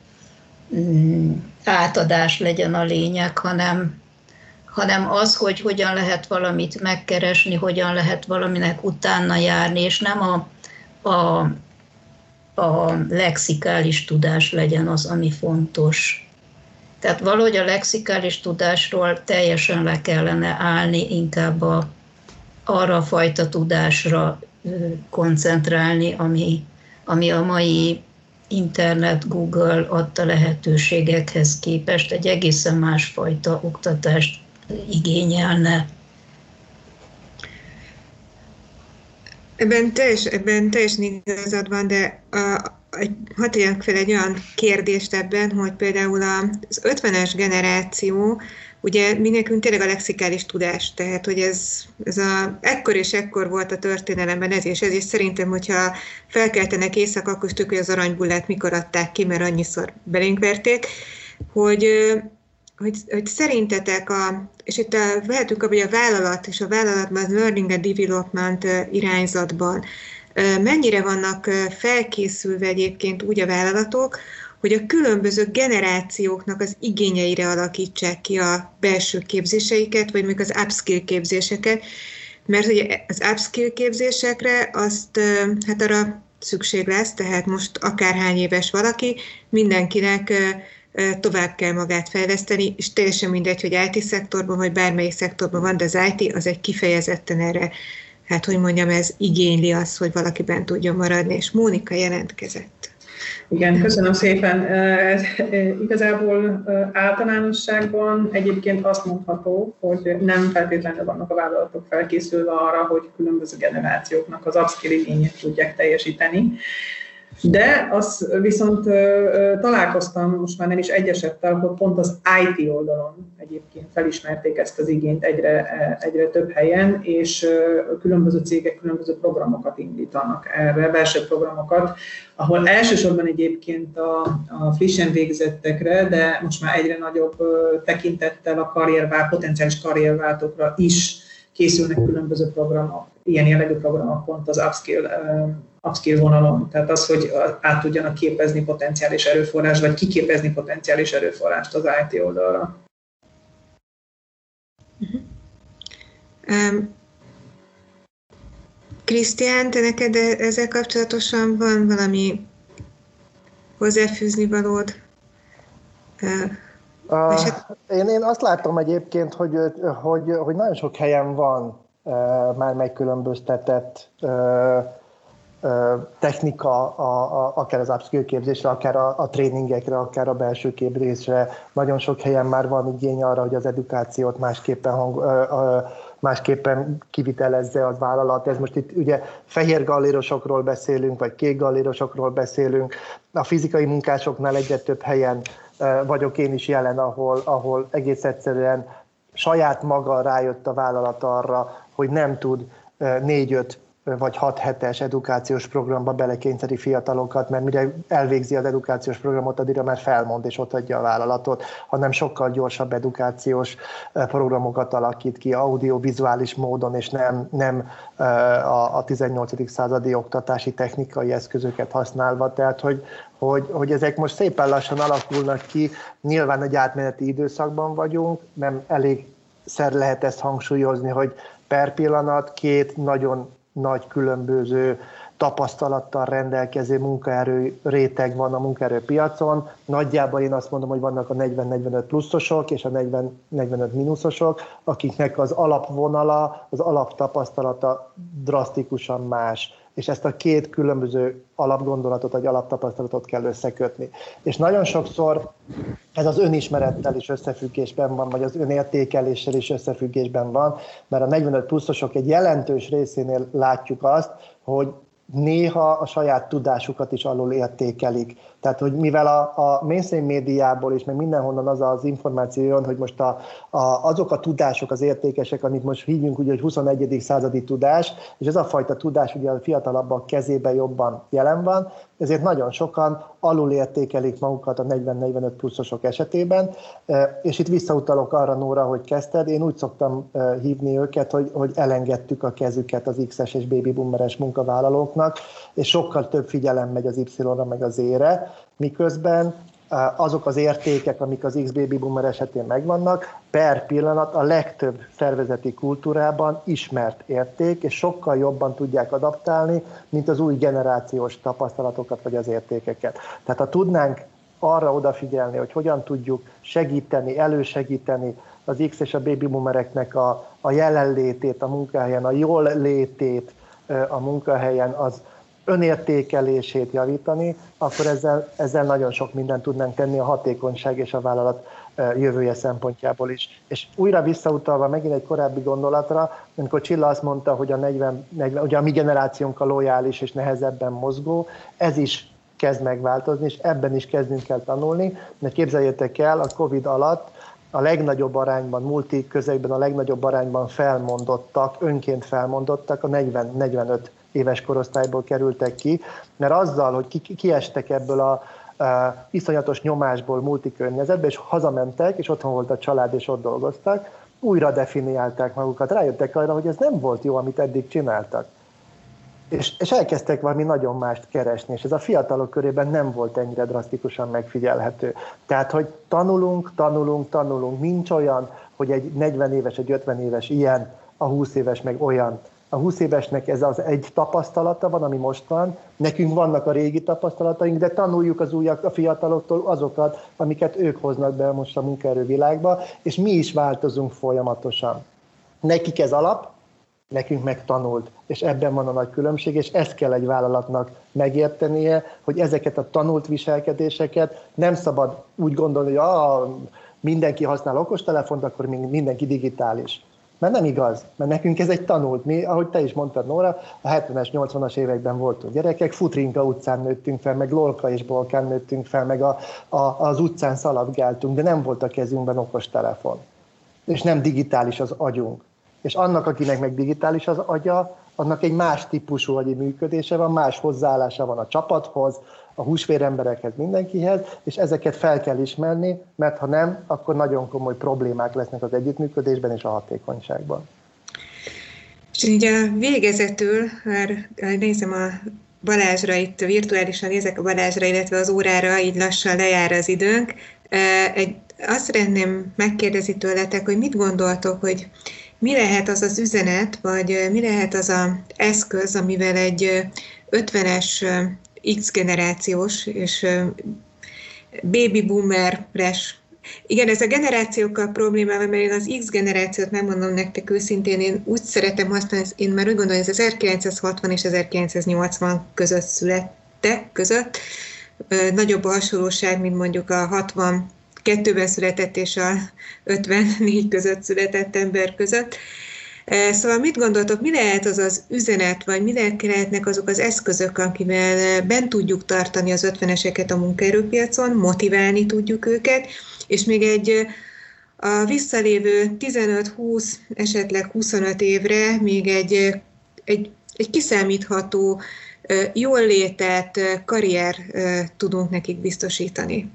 átadás legyen a lényeg, hanem, hanem az, hogy hogyan lehet valamit megkeresni, hogyan lehet valaminek utána járni, és nem a, a, a lexikális tudás legyen az, ami fontos. Tehát valahogy a lexikális tudásról teljesen le kellene állni, inkább a, arra a fajta tudásra koncentrálni, ami, ami a mai internet, Google adta lehetőségekhez képest egy egészen másfajta oktatást igényelne. Ebben teljes, ebben teljesen igazad van, de a, hadd tegyek fel egy olyan kérdést ebben, hogy például az ötvenes generáció, ugye mi nekünk tényleg a lexikális tudás, tehát hogy ez, ez a, ekkor és ekkor volt a történelemben ez és ez, és szerintem, hogyha felkeltenek éjszaka, akkor tök, hogy az aranybullát mikor adták ki, mert annyiszor belénk verték, hogy, hogy, hogy szerintetek, a, és itt a, vehetünk abban, hogy a vállalat és a vállalatban az Learning and Development irányzatban mennyire vannak felkészülve egyébként úgy a vállalatok, hogy a különböző generációknak az igényeire alakítsák ki a belső képzéseiket, vagy még az upskill képzéseket, mert ugye az upskill képzésekre azt, hát arra szükség lesz, tehát most akárhány éves valaki, mindenkinek tovább kell magát fejleszteni, és teljesen mindegy, hogy í té szektorban, vagy bármelyik szektorban van, de az í té az egy kifejezetten erre, hát hogy mondjam, ez igényli azt, hogy valaki bent tudjon maradni, és Mónika jelentkezett. Igen, köszönöm szépen. Ez igazából általánosságban egyébként azt mondható, hogy nem feltétlenül vannak a vállalatok felkészülve arra, hogy különböző generációknak az upskill igényét tudják teljesíteni. De azt viszont találkoztam most már nem is egy esettel, hogy pont az í té oldalon egyébként felismerték ezt az igényt egyre, egyre több helyen, és különböző cégek különböző programokat indítanak erre, belső programokat, ahol elsősorban egyébként a, a frissen végzettekre, de most már egyre nagyobb tekintettel a karriervált, potenciális karrierváltókra is készülnek különböző programok, ilyen jellegű programok pont az upskill, upskill vonalon. Tehát az, hogy át tudjanak képezni potenciális erőforrás, vagy kiképezni potenciális erőforrást az í té oldalra. Uh-huh. Um, Krisztián, te neked ezzel kapcsolatosan van valami hozzáfűzni valód? Uh, Uh, én, én azt látom egyébként, hogy, hogy, hogy nagyon sok helyen van uh, már megkülönböztetett uh, technika, a, a, akár az upskill képzésre, akár a, a tréningekre, akár a belső képzésre. Nagyon sok helyen már van igény arra, hogy az edukációt másképpen, hang, másképpen kivitelezze az vállalat. Ez most itt ugye fehér gallérosokról beszélünk, vagy kék gallérosokról beszélünk. A fizikai munkásoknál egyre több helyen vagyok én is jelen, ahol, ahol egész egyszerűen saját maga rájött a vállalat arra, hogy nem tud négy-öt vagy hat hetes edukációs programba belekényszeri fiatalokat, mert mire elvégzi az edukációs programot, addigra már felmond és otthagyja a vállalatot, hanem sokkal gyorsabb edukációs programokat alakít ki, audiovizuális módon, és nem, nem a tizennyolcadik századi oktatási technikai eszközöket használva. Tehát, hogy, hogy, hogy ezek most szépen lassan alakulnak ki, nyilván egy átmeneti időszakban vagyunk, nem elégszer lehet ezt hangsúlyozni, hogy per pillanat két nagyon nagy különböző tapasztalattal rendelkező munkaerő réteg van a munkaerőpiacon. Nagyjából én azt mondom, hogy vannak a negyven-negyvenöt pluszosok és a negyven-negyvenöt mínuszosok, akiknek az alapvonala, az alaptapasztalata drasztikusan más. És ezt a két különböző alapgondolatot, vagy alaptapasztalatot kell összekötni. És nagyon sokszor ez az önismerettel is összefüggésben van, vagy az önértékeléssel is összefüggésben van, mert a negyvenöt pluszosok egy jelentős részénél látjuk azt, hogy néha a saját tudásukat is alul értékelik. Tehát, hogy mivel a, a mainstream médiából is, meg mindenhonnan az az információ jön, hogy most a, a, azok a tudások, az értékesek, amit most hívjunk, ugye, hogy huszonegyedik századi tudás, és ez a fajta tudás ugye a fiatalabbak kezében jobban jelen van, ezért nagyon sokan alul értékelik magukat a negyven-negyvenöt pluszosok esetében, és itt visszautalok arra, Nóra, hogy kezdted, én úgy szoktam hívni őket, hogy, hogy elengedtük a kezüket az X-es és baby boomeres munkavállalóknak, és sokkal több figyelem megy az Y-ra, meg az E-re, miközben azok az értékek, amik az X-baby boomer esetén megvannak, per pillanat a legtöbb szervezeti kultúrában ismert érték, és sokkal jobban tudják adaptálni, mint az új generációs tapasztalatokat vagy az értékeket. Tehát ha tudnánk arra odafigyelni, hogy hogyan tudjuk segíteni, elősegíteni az X és a baby boomereknek a, a jelenlétét a munkahelyen, a jól létét a munkahelyen, az önértékelését javítani, akkor ezzel, ezzel nagyon sok mindent tudnánk tenni a hatékonyság és a vállalat jövője szempontjából is. És újra visszautalva megint egy korábbi gondolatra, amikor Csilla azt mondta, hogy a, negyven, negyven, ugye a mi generációnk a lojális és nehezebben mozgó, ez is kezd megváltozni, és ebben is kezdünk kell tanulni, mert képzeljétek el, a Covid alatt a legnagyobb arányban, multi közegben a legnagyobb arányban felmondottak, önként felmondottak, a negyven-negyvenöt éves korosztályból kerültek ki, mert azzal, hogy ki, kiestek ebből a, a iszonyatos nyomásból multikörnyezetbe, és hazamentek, és otthon volt a család, és ott dolgoztak, újra definiálták magukat, rájöttek arra, hogy ez nem volt jó, amit eddig csináltak. És, és elkezdtek valami nagyon mást keresni, és ez a fiatalok körében nem volt ennyire drasztikusan megfigyelhető. Tehát, hogy tanulunk, tanulunk, tanulunk, nincs olyan, hogy egy negyven éves, egy ötven éves ilyen, a húsz éves meg olyan. A húsz évesnek ez az egy tapasztalata van, ami most van, nekünk vannak a régi tapasztalataink, de tanuljuk az újak, a fiataloktól azokat, amiket ők hoznak be most a munkaerővilágba, és mi is változunk folyamatosan. Nekik ez alap, nekünk meg tanult, és ebben van a nagy különbség, és ezt kell egy vállalatnak megértenie, hogy ezeket a tanult viselkedéseket nem szabad úgy gondolni, hogy ah, mindenki használ okostelefont, akkor mindenki digitális. Mert nem igaz, mert nekünk ez egy tanult. Mi, ahogy te is mondtad, Nóra, a hetvenes, nyolcvanas években voltunk gyerekek, Futrinka utcán nőttünk fel, meg Lolka és Bolkán nőttünk fel, meg a, a, az utcán szaladgáltunk, de nem volt a kezünkben okostelefon. És nem digitális az agyunk. És annak, akinek meg digitális az agya, annak egy más típusú agyi működése van, más hozzáállása van a csapathoz, a húsvéremberekhez, mindenkihez, és ezeket fel kell ismerni, mert ha nem, akkor nagyon komoly problémák lesznek az együttműködésben és a hatékonyságban. És így a végezetül, már nézem a Balázsra, itt virtuálisan nézek a Balázsra, illetve az órára, így lassan lejár az időnk. Egy, azt szeretném megkérdezni tőletek, hogy mit gondoltok, hogy mi lehet az az üzenet, vagy mi lehet az az eszköz, amivel egy ötvenes X generációs és baby boomeres Igen, ez a generációkkal problémával, mert én az X generációt megmondom nektek őszintén, én úgy szeretem használni, én már úgy gondolom, hogy az ezerkilencszázhatvan és ezerkilencszáznyolcvan között születtek között. Nagyobb a hasonlóság, mint mondjuk a hatvankettőben született és a ötvennégy között született ember között. Szóval mit gondoltok, mi lehet az az üzenet, vagy mi lehetnek azok az eszközök, akivel bent tudjuk tartani az ötveneseket a munkaerőpiacon, motiválni tudjuk őket, és még egy a visszalévő tizenöt-húsz, esetleg huszonöt évre még egy, egy, egy kiszámítható jól létet, karrier tudunk nekik biztosítani.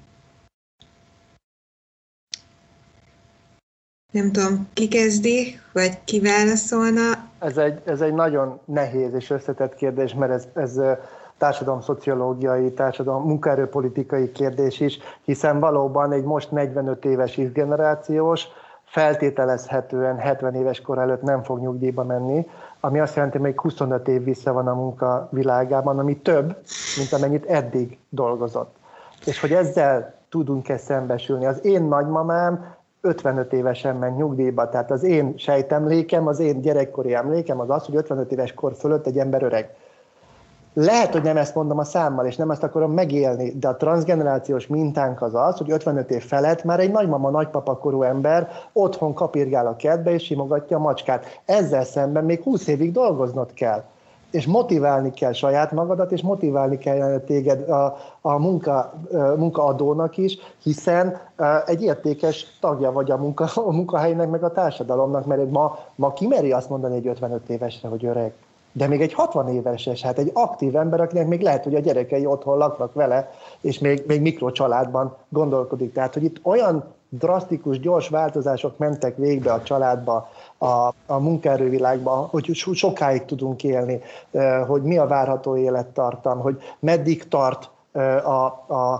Nem tudom, ki kezdi, vagy ki válaszolna? Ez egy, ez egy nagyon nehéz és összetett kérdés, mert ez, ez társadalomszociológiai, társadalom munkaerőpolitikai kérdés is, hiszen valóban egy most negyvenöt éves X generációs feltételezhetően hetven éves kor előtt nem fog nyugdíjba menni, ami azt jelenti, hogy még huszonöt év vissza van a munka világában, ami több, mint amennyit eddig dolgozott. És hogy ezzel tudunk-e szembesülni. Az én nagymamám ötvenöt évesen ment nyugdíjba, tehát az én sejtemlékem, az én gyerekkori emlékem az az, hogy ötvenöt éves kor fölött egy ember öreg. Lehet, hogy nem ezt mondom a számmal, és nem ezt akarom megélni, de a transzgenerációs mintánk az az, hogy ötvenöt év felett már egy nagymama, nagypapa korú ember otthon kapirgál a kertbe és simogatja a macskát. Ezzel szemben még húsz évig dolgoznod kell. És motiválni kell saját magadat, és motiválni kell téged a, a munka, munkaadónak is, hiszen egy értékes tagja vagy a, munka, a munkahelynek, meg a társadalomnak, mert ma, ma kimeri azt mondani egy ötvenöt évesre, hogy öreg. De még egy hatvan éves, hát egy aktív ember, akinek még lehet, hogy a gyerekei otthon laknak vele, és még, még mikrocsaládban gondolkodik. Tehát, hogy itt olyan drasztikus, gyors változások mentek végbe a családba, a, a munkaerővilágban, hogy sokáig tudunk élni, hogy mi a várható élettartam, hogy meddig tart a, a,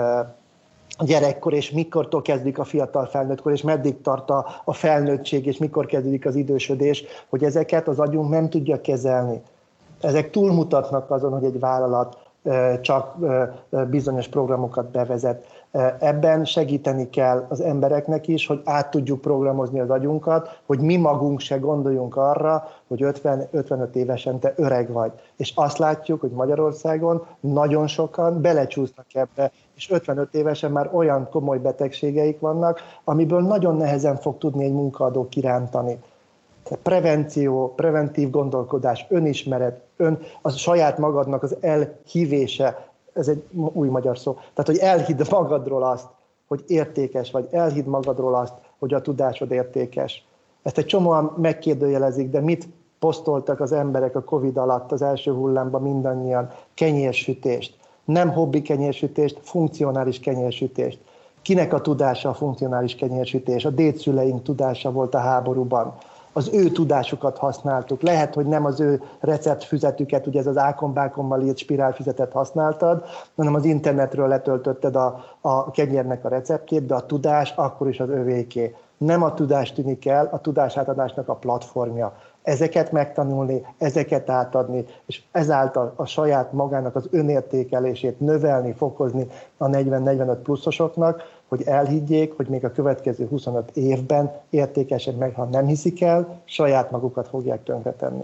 a gyerekkor, és mikortól kezdik a fiatal felnőttkor, és meddig tart a, a felnőttség, és mikor kezdődik az idősödés, hogy ezeket az agyunk nem tudja kezelni. Ezek túlmutatnak azon, hogy egy vállalat csak bizonyos programokat bevezet. Ebben segíteni kell az embereknek is, hogy át tudjuk programozni az agyunkat, hogy mi magunk se gondoljunk arra, hogy ötven-ötvenöt évesen te öreg vagy. És azt látjuk, hogy Magyarországon nagyon sokan belecsúsznak ebbe, és ötvenöt évesen már olyan komoly betegségeik vannak, amiből nagyon nehezen fog tudni egy munkaadó kirántani. Prevenció, preventív gondolkodás, önismeret, ön, a saját magadnak az elhívése, ez egy új magyar szó, tehát hogy elhidd magadról azt, hogy értékes vagy, elhidd magadról azt, hogy a tudásod értékes. Ezt egy csomóan megkérdőjelezik, de mit posztoltak az emberek a Covid alatt, az első hullámban mindannyian? Kenyérsütést. Nem hobbi kenyérsütést, funkcionális kenyérsütést. Kinek a tudása a funkcionális kenyérsütés? A dédszüleink tudása volt a háborúban. Az ő tudásukat használtuk. Lehet, hogy nem az ő receptfüzetüket, ugye ez az ákombákommal írt spirálfüzetet használtad, hanem az internetről letöltötted a, a kenyérnek a receptjét, de a tudás akkor is az övéké. Nem a tudás tűnik el, a tudásátadásnak a platformja. Ezeket megtanulni, ezeket átadni, és ezáltal a saját magának az önértékelését növelni, fokozni a negyven-negyvenöt pluszosoknak, hogy elhiggyék, hogy még a következő huszonöt évben értékesek meg, ha nem hiszik el, saját magukat fogják tönkretenni.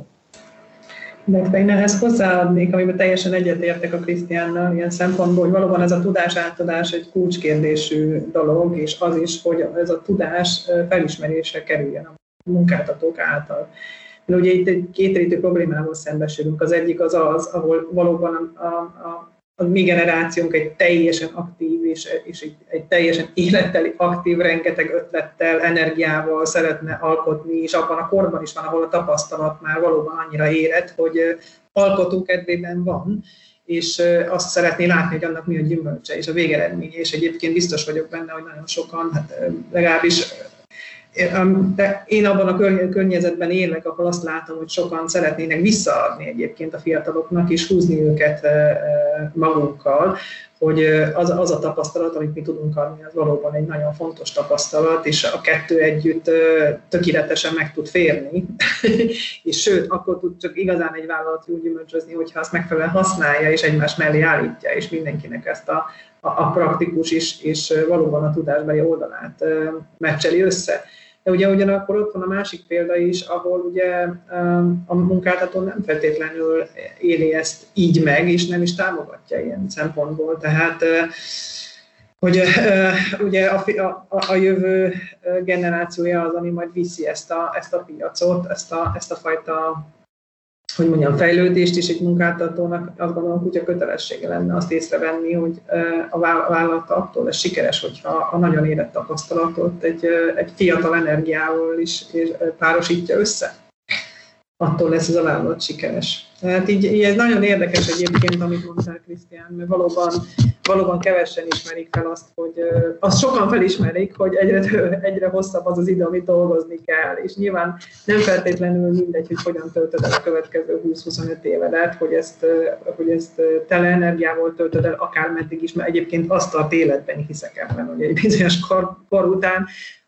De én ehhez hozzáadnék, amiben teljesen egyetértek a Krisztiánnal ilyen szempontból, hogy valóban ez a tudás átadás egy kulcskérdésű dolog, és az is, hogy ez a tudás felismerésre kerüljen a munkáltatók által. Mert ugye itt egy kétrétű problémával szembesülünk. Az egyik az az, ahol valóban a, a, a mi generációnk egy teljesen aktív és, és egy, egy teljesen életteli, aktív, rengeteg ötlettel, energiával szeretne alkotni, és abban a korban is van, ahol a tapasztalat már valóban annyira érett, hogy alkotókedvében van, és azt szeretné látni, hogy annak mi a gyümölcse és a végeredménye, és egyébként biztos vagyok benne, hogy nagyon sokan, hát legalábbis de én abban a környezetben élek, ahol azt látom, hogy sokan szeretnének visszaadni egyébként a fiataloknak, és húzni őket magunkkal, hogy az, az a tapasztalat, amit mi tudunk adni, az valóban egy nagyon fontos tapasztalat, és a kettő együtt tökéletesen meg tud férni, és sőt, akkor tud csak igazán egy vállalat úgy gyümölcsözni, hogyha azt megfelelően használja, és egymás mellé állítja, és mindenkinek ezt a a praktikus is, és valóban a tudásbeli oldalát meccseli össze. De ugye ugyanakkor ott van a másik példa is, ahol ugye a munkáltató nem feltétlenül éli ezt így meg, és nem is támogatja ilyen szempontból. Tehát hogy ugye a, a, a jövő generációja az, ami majd viszi ezt a, ezt a piacot, ezt a, ezt a fajta, hogy mondjam, fejlődést, és egy munkáltatónak azt gondolom, hogy a kötelessége lenne azt észrevenni, hogy a vállalata attól lesz sikeres, hogyha a nagyon érett tapasztalatot egy, egy fiatal energiával is párosítja össze. Attól lesz ez a vállalat sikeres. Tehát így, így ez nagyon érdekes egyébként, amit mondtál, Krisztián, mert valóban, valóban kevesen ismerik fel azt, hogy azt sokan felismerik, hogy egyre, egyre hosszabb az az idő, amit dolgozni kell, és nyilván nem feltétlenül mindegy, hogy hogyan töltöd el a következő húsz-huszonöt évedet, hogy ezt, hogy ezt tele energiával töltöd el akármeddig is, mert egyébként azt tart életben hiszek ebben, hogy egy bizonyos kor, kor után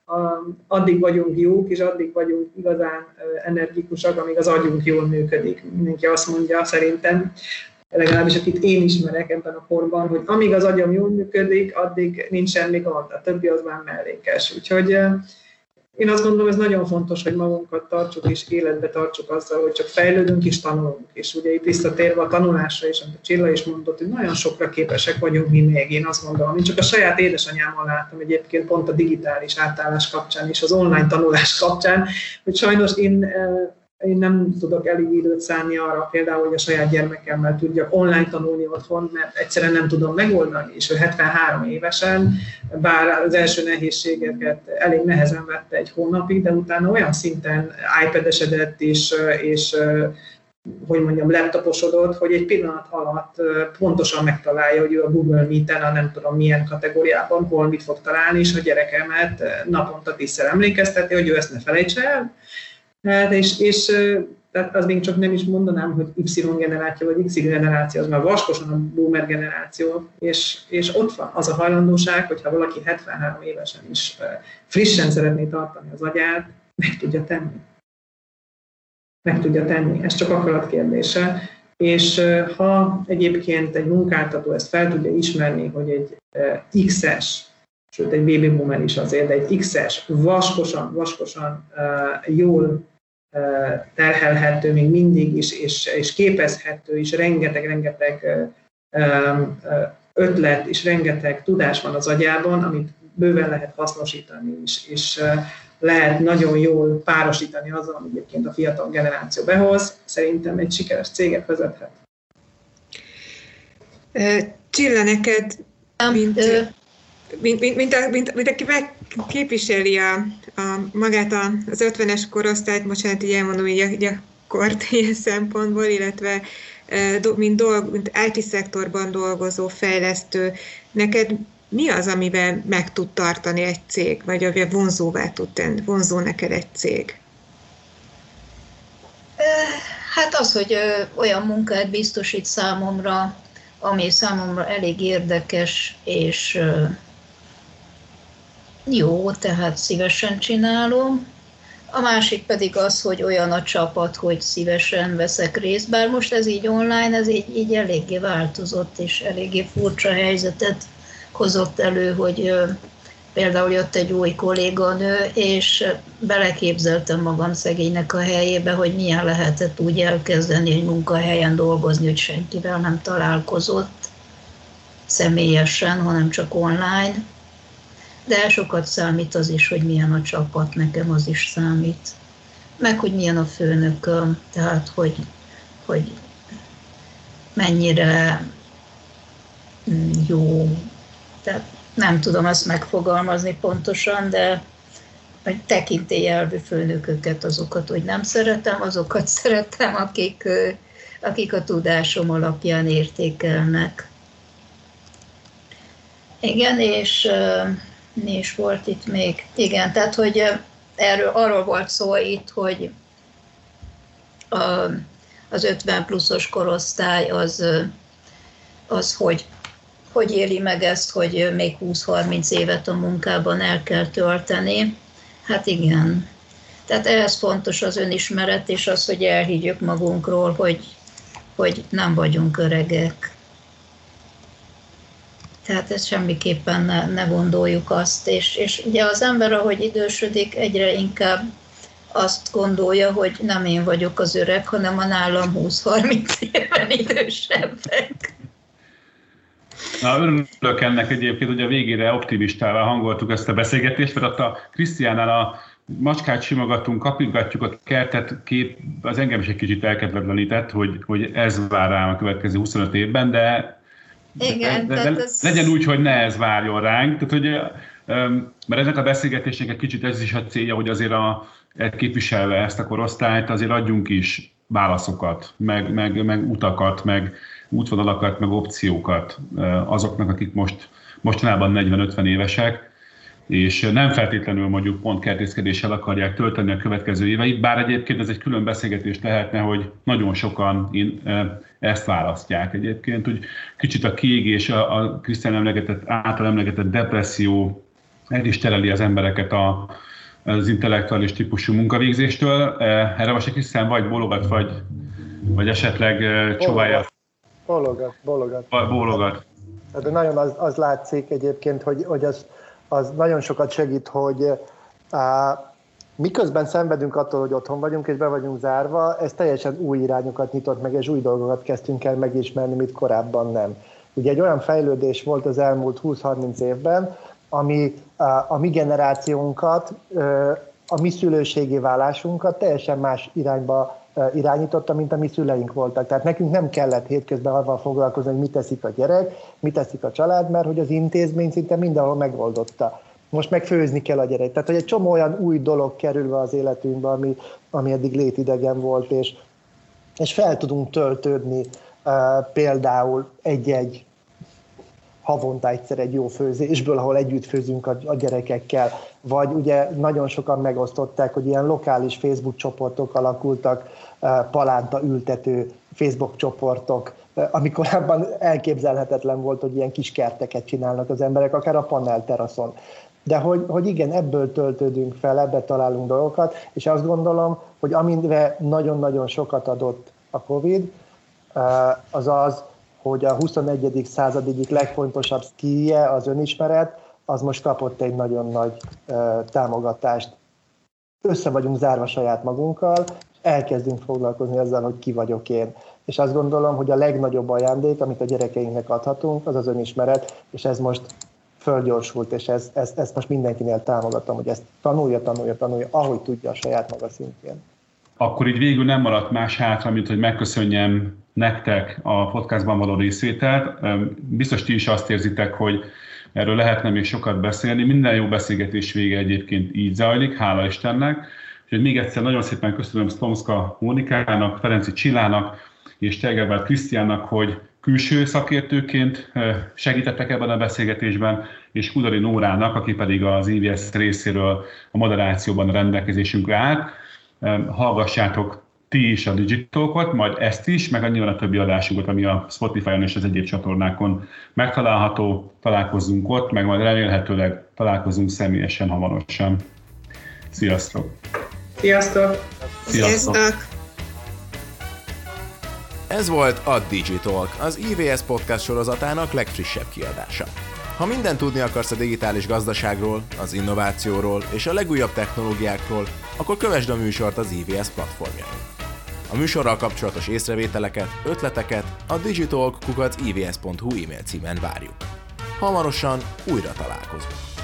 addig vagyunk jók, és addig vagyunk igazán energikusak, amíg az agyunk jól működik. Mindenki azt mondja szerintem, legalábbis akit én ismerek ebben a korban, hogy amíg az agyam jól működik, addig nincs semmi gond, a többi az már mellékes. Úgyhogy én azt gondolom, ez nagyon fontos, hogy magunkat tartsuk és életbe tartsuk azzal, hogy csak fejlődünk és tanulunk. És ugye itt visszatérve a tanulásra is, amit Csilla is mondott, hogy nagyon sokra képesek vagyunk mi még, én azt gondolom. Én csak a saját édesanyámmal láttam egyébként pont a digitális átállás kapcsán és az online tanulás kapcsán, hogy sajnos én, én nem tudok elég időt szánni arra például, hogy a saját gyermekemmel tudjak online tanulni otthon, mert egyszerűen nem tudom megoldani, és ő hetvenhárom évesen, bár az első nehézségeket elég nehezen vette egy hónapig, de utána olyan szinten iPad-esedett és, és hogy mondjam, laptoposodott, hogy egy pillanat alatt pontosan megtalálja, hogy ő a Google Meet-en, a nem tudom milyen kategóriában hol mit fog találni, és a gyerekemet naponta tízszer emlékezteti, hogy ő ezt ne felejtse el. Hát és, és tehát az még csak nem is mondanám, hogy Y generáció vagy X generáció, az már vaskosan a boomer generáció, és, és ott van az a hajlandóság, hogyha valaki hetvenhárom évesen is frissen szeretné tartani az agyát, meg tudja tenni. Meg tudja tenni, ez csak akarat kérdése. És ha egyébként egy munkáltató ezt fel tudja ismerni, hogy egy X-es, sőt egy baby boomer is azért, de egy X-es, vaskosan, vaskosan jól terhelhető még mindig is, és, és képezhető is, rengeteg-rengeteg ötlet és rengeteg tudás van az agyában, amit bőven lehet hasznosítani is, és lehet nagyon jól párosítani azzal, amit egyébként a fiatal generáció behoz. Szerintem egy sikeres céget vezethet. Csilla, neked, mint, mint, mint, mint, mint, mint aki képviseli a, a, magát az ötvenes korosztályt, bocsánat, így elmondom így a, így a kort ilyen szempontból, illetve mint, dolg, mint í té-szektorban dolgozó fejlesztő, neked mi az, amivel meg tud tartani egy cég, vagy amivel vonzóvá tud tenni, vonzó neked egy cég? Hát az, hogy olyan munkát biztosít számomra, ami számomra elég érdekes, és jó, tehát szívesen csinálom. A másik pedig az, hogy olyan a csapat, hogy szívesen veszek részt, bár most ez így online, ez így, így eléggé változott, és eléggé furcsa helyzetet hozott elő, hogy például jött egy új kolléganő, és beleképzeltem magam szegénynek a helyébe, hogy milyen lehetett úgy elkezdeni egy munkahelyen dolgozni, hogy senkivel nem találkozott személyesen, hanem csak online. De sokat számít az is, hogy milyen a csapat, nekem az is számít. Meg, hogy milyen a főnököm, tehát, hogy, hogy mennyire jó. Tehát nem tudom ezt megfogalmazni pontosan, de hogy tekintélyelvű főnököket, azokat, hogy nem szeretem, azokat szeretem, akik, akik a tudásom alapján értékelnek. Igen, és... és volt itt még, igen, tehát, hogy erről, arról volt szó itt, hogy a, az ötven pluszos korosztály az, az hogy, hogy éli meg ezt, hogy még húsz-harminc évet a munkában el kell tölteni. Hát igen. Tehát ehhez fontos az önismeret, és az, hogy elhiggyük magunkról, hogy, hogy nem vagyunk öregek. Tehát ezt semmiképpen ne, ne gondoljuk azt, és, és ugye az ember, ahogy idősödik, egyre inkább azt gondolja, hogy nem én vagyok az öreg, hanem a nálam húsz-harminc éven idősebbek. Na, örülök ennek egyébként, hogy a végére optimistává hangoltuk ezt a beszélgetést, mert ott a Krisztiánnál a macskát simogatunk, kapingatjuk a kertet, kép, az engem is egy kicsit elkedvetlenített, hogy, hogy ez vár rám a következő huszonöt évben, de, Igen, de, de, de ez... legyen úgy, hogy ne ez várjon ránk. Tehát, hogy, mert ennek a beszélgetésnek egy kicsit ez is a célja, hogy azért a, képviselve ezt a korosztályt, azért adjunk is válaszokat, meg, meg, meg utakat, meg útvonalakat, meg opciókat azoknak, akik most mostanában negyven-ötven évesek, és nem feltétlenül mondjuk pont kertészkedéssel akarják tölteni a következő éveit, bár egyébként ez egy külön beszélgetés lehetne, hogy nagyon sokan ezt választják egyébként. Úgy kicsit a kiégés, a, a Krisztián emlegetett, által emlegetett depresszió el is tereli az embereket a, az intellektuális típusú munkavégzéstől. Erre most egy Krisztián vagy bólogat, vagy, vagy esetleg csóválja. Bólogat, bólogat. Bólogat. De nagyon az, az látszik egyébként, hogy, hogy az, az nagyon sokat segít, hogy á, miközben szenvedünk attól, hogy otthon vagyunk és be vagyunk zárva, ez teljesen új irányokat nyitott meg, és új dolgokat kezdtünk el megismerni, mit korábban nem. Ugye egy olyan fejlődés volt az elmúlt húsz-harminc évben, ami a, a mi generációnkat, a mi szülőségi válásunkat teljesen más irányba irányította, mint a mi szüleink voltak. Tehát nekünk nem kellett hétközben avval foglalkozni, hogy mit teszik a gyerek, mit teszik a család, mert hogy az intézmény szinte mindenhol megoldotta. Most meg főzni kell a gyerek. Tehát, hogy egy csomó olyan új dolog kerül be az életünkbe, ami, ami eddig létidegen volt, és, és fel tudunk töltődni uh, például egy-egy havonta egyszer egy jó főzésből, ahol együtt főzünk a, a gyerekekkel, vagy ugye nagyon sokan megosztották, hogy ilyen lokális Facebook csoportok alakultak, palánta ültető Facebook csoportok, amikor abban elképzelhetetlen volt, hogy ilyen kis kerteket csinálnak az emberek, akár a panelteraszon. De hogy, hogy igen, ebből töltődünk fel, ebbe találunk dolgokat, és azt gondolom, hogy amire nagyon-nagyon sokat adott a Covid, az az, hogy a huszonegyedik század egyik legfontosabb skillje, az önismeret, az most kapott egy nagyon nagy uh, támogatást. Össze vagyunk zárva saját magunkkal, elkezdünk foglalkozni ezzel, hogy ki vagyok én. És azt gondolom, hogy a legnagyobb ajándék, amit a gyerekeinknek adhatunk, az az önismeret, és ez most fölgyorsult, és ez, ez, ezt most mindenkinél támogatom, hogy ezt tanulja, tanulja, tanulja, ahogy tudja a saját maga szintjén. Akkor így végül nem maradt más hátra, mint hogy megköszönjem nektek a podcastban való részvételt. Biztos ti is azt érzitek, hogy erről lehetne még sokat beszélni. Minden jó beszélgetés vége egyébként így zajlik, hála Istennek. Úgyhogy még egyszer nagyon szépen köszönöm Sztomska Mónikának, Ferenci Csillának és Tegervált Krisztiánnak, hogy külső szakértőként segítettek ebben a beszélgetésben, és Kudari Nórának, aki pedig az i vé es részéről a moderációban a rendelkezésünkre állt. Hallgassátok ti is a Digitalkot, majd ezt is, meg nyilván a többi adásunkat, ami a Spotify-on és az egyéb csatornákon megtalálható. Találkozzunk ott, meg majd remélhetőleg találkozunk személyesen hamarosan. Sziasztok! Sziasztok! Sziasztok! Ez volt a Digitalk, az i vé es podcast sorozatának legfrissebb kiadása. Ha mindent tudni akarsz a digitális gazdaságról, az innovációról és a legújabb technológiákról, akkor kövesd a műsort az i vé es platformjain. A műsorral kapcsolatos észrevételeket, ötleteket a digitalk kukac i vé es pont hu e-mail címen várjuk. Hamarosan újra találkozunk.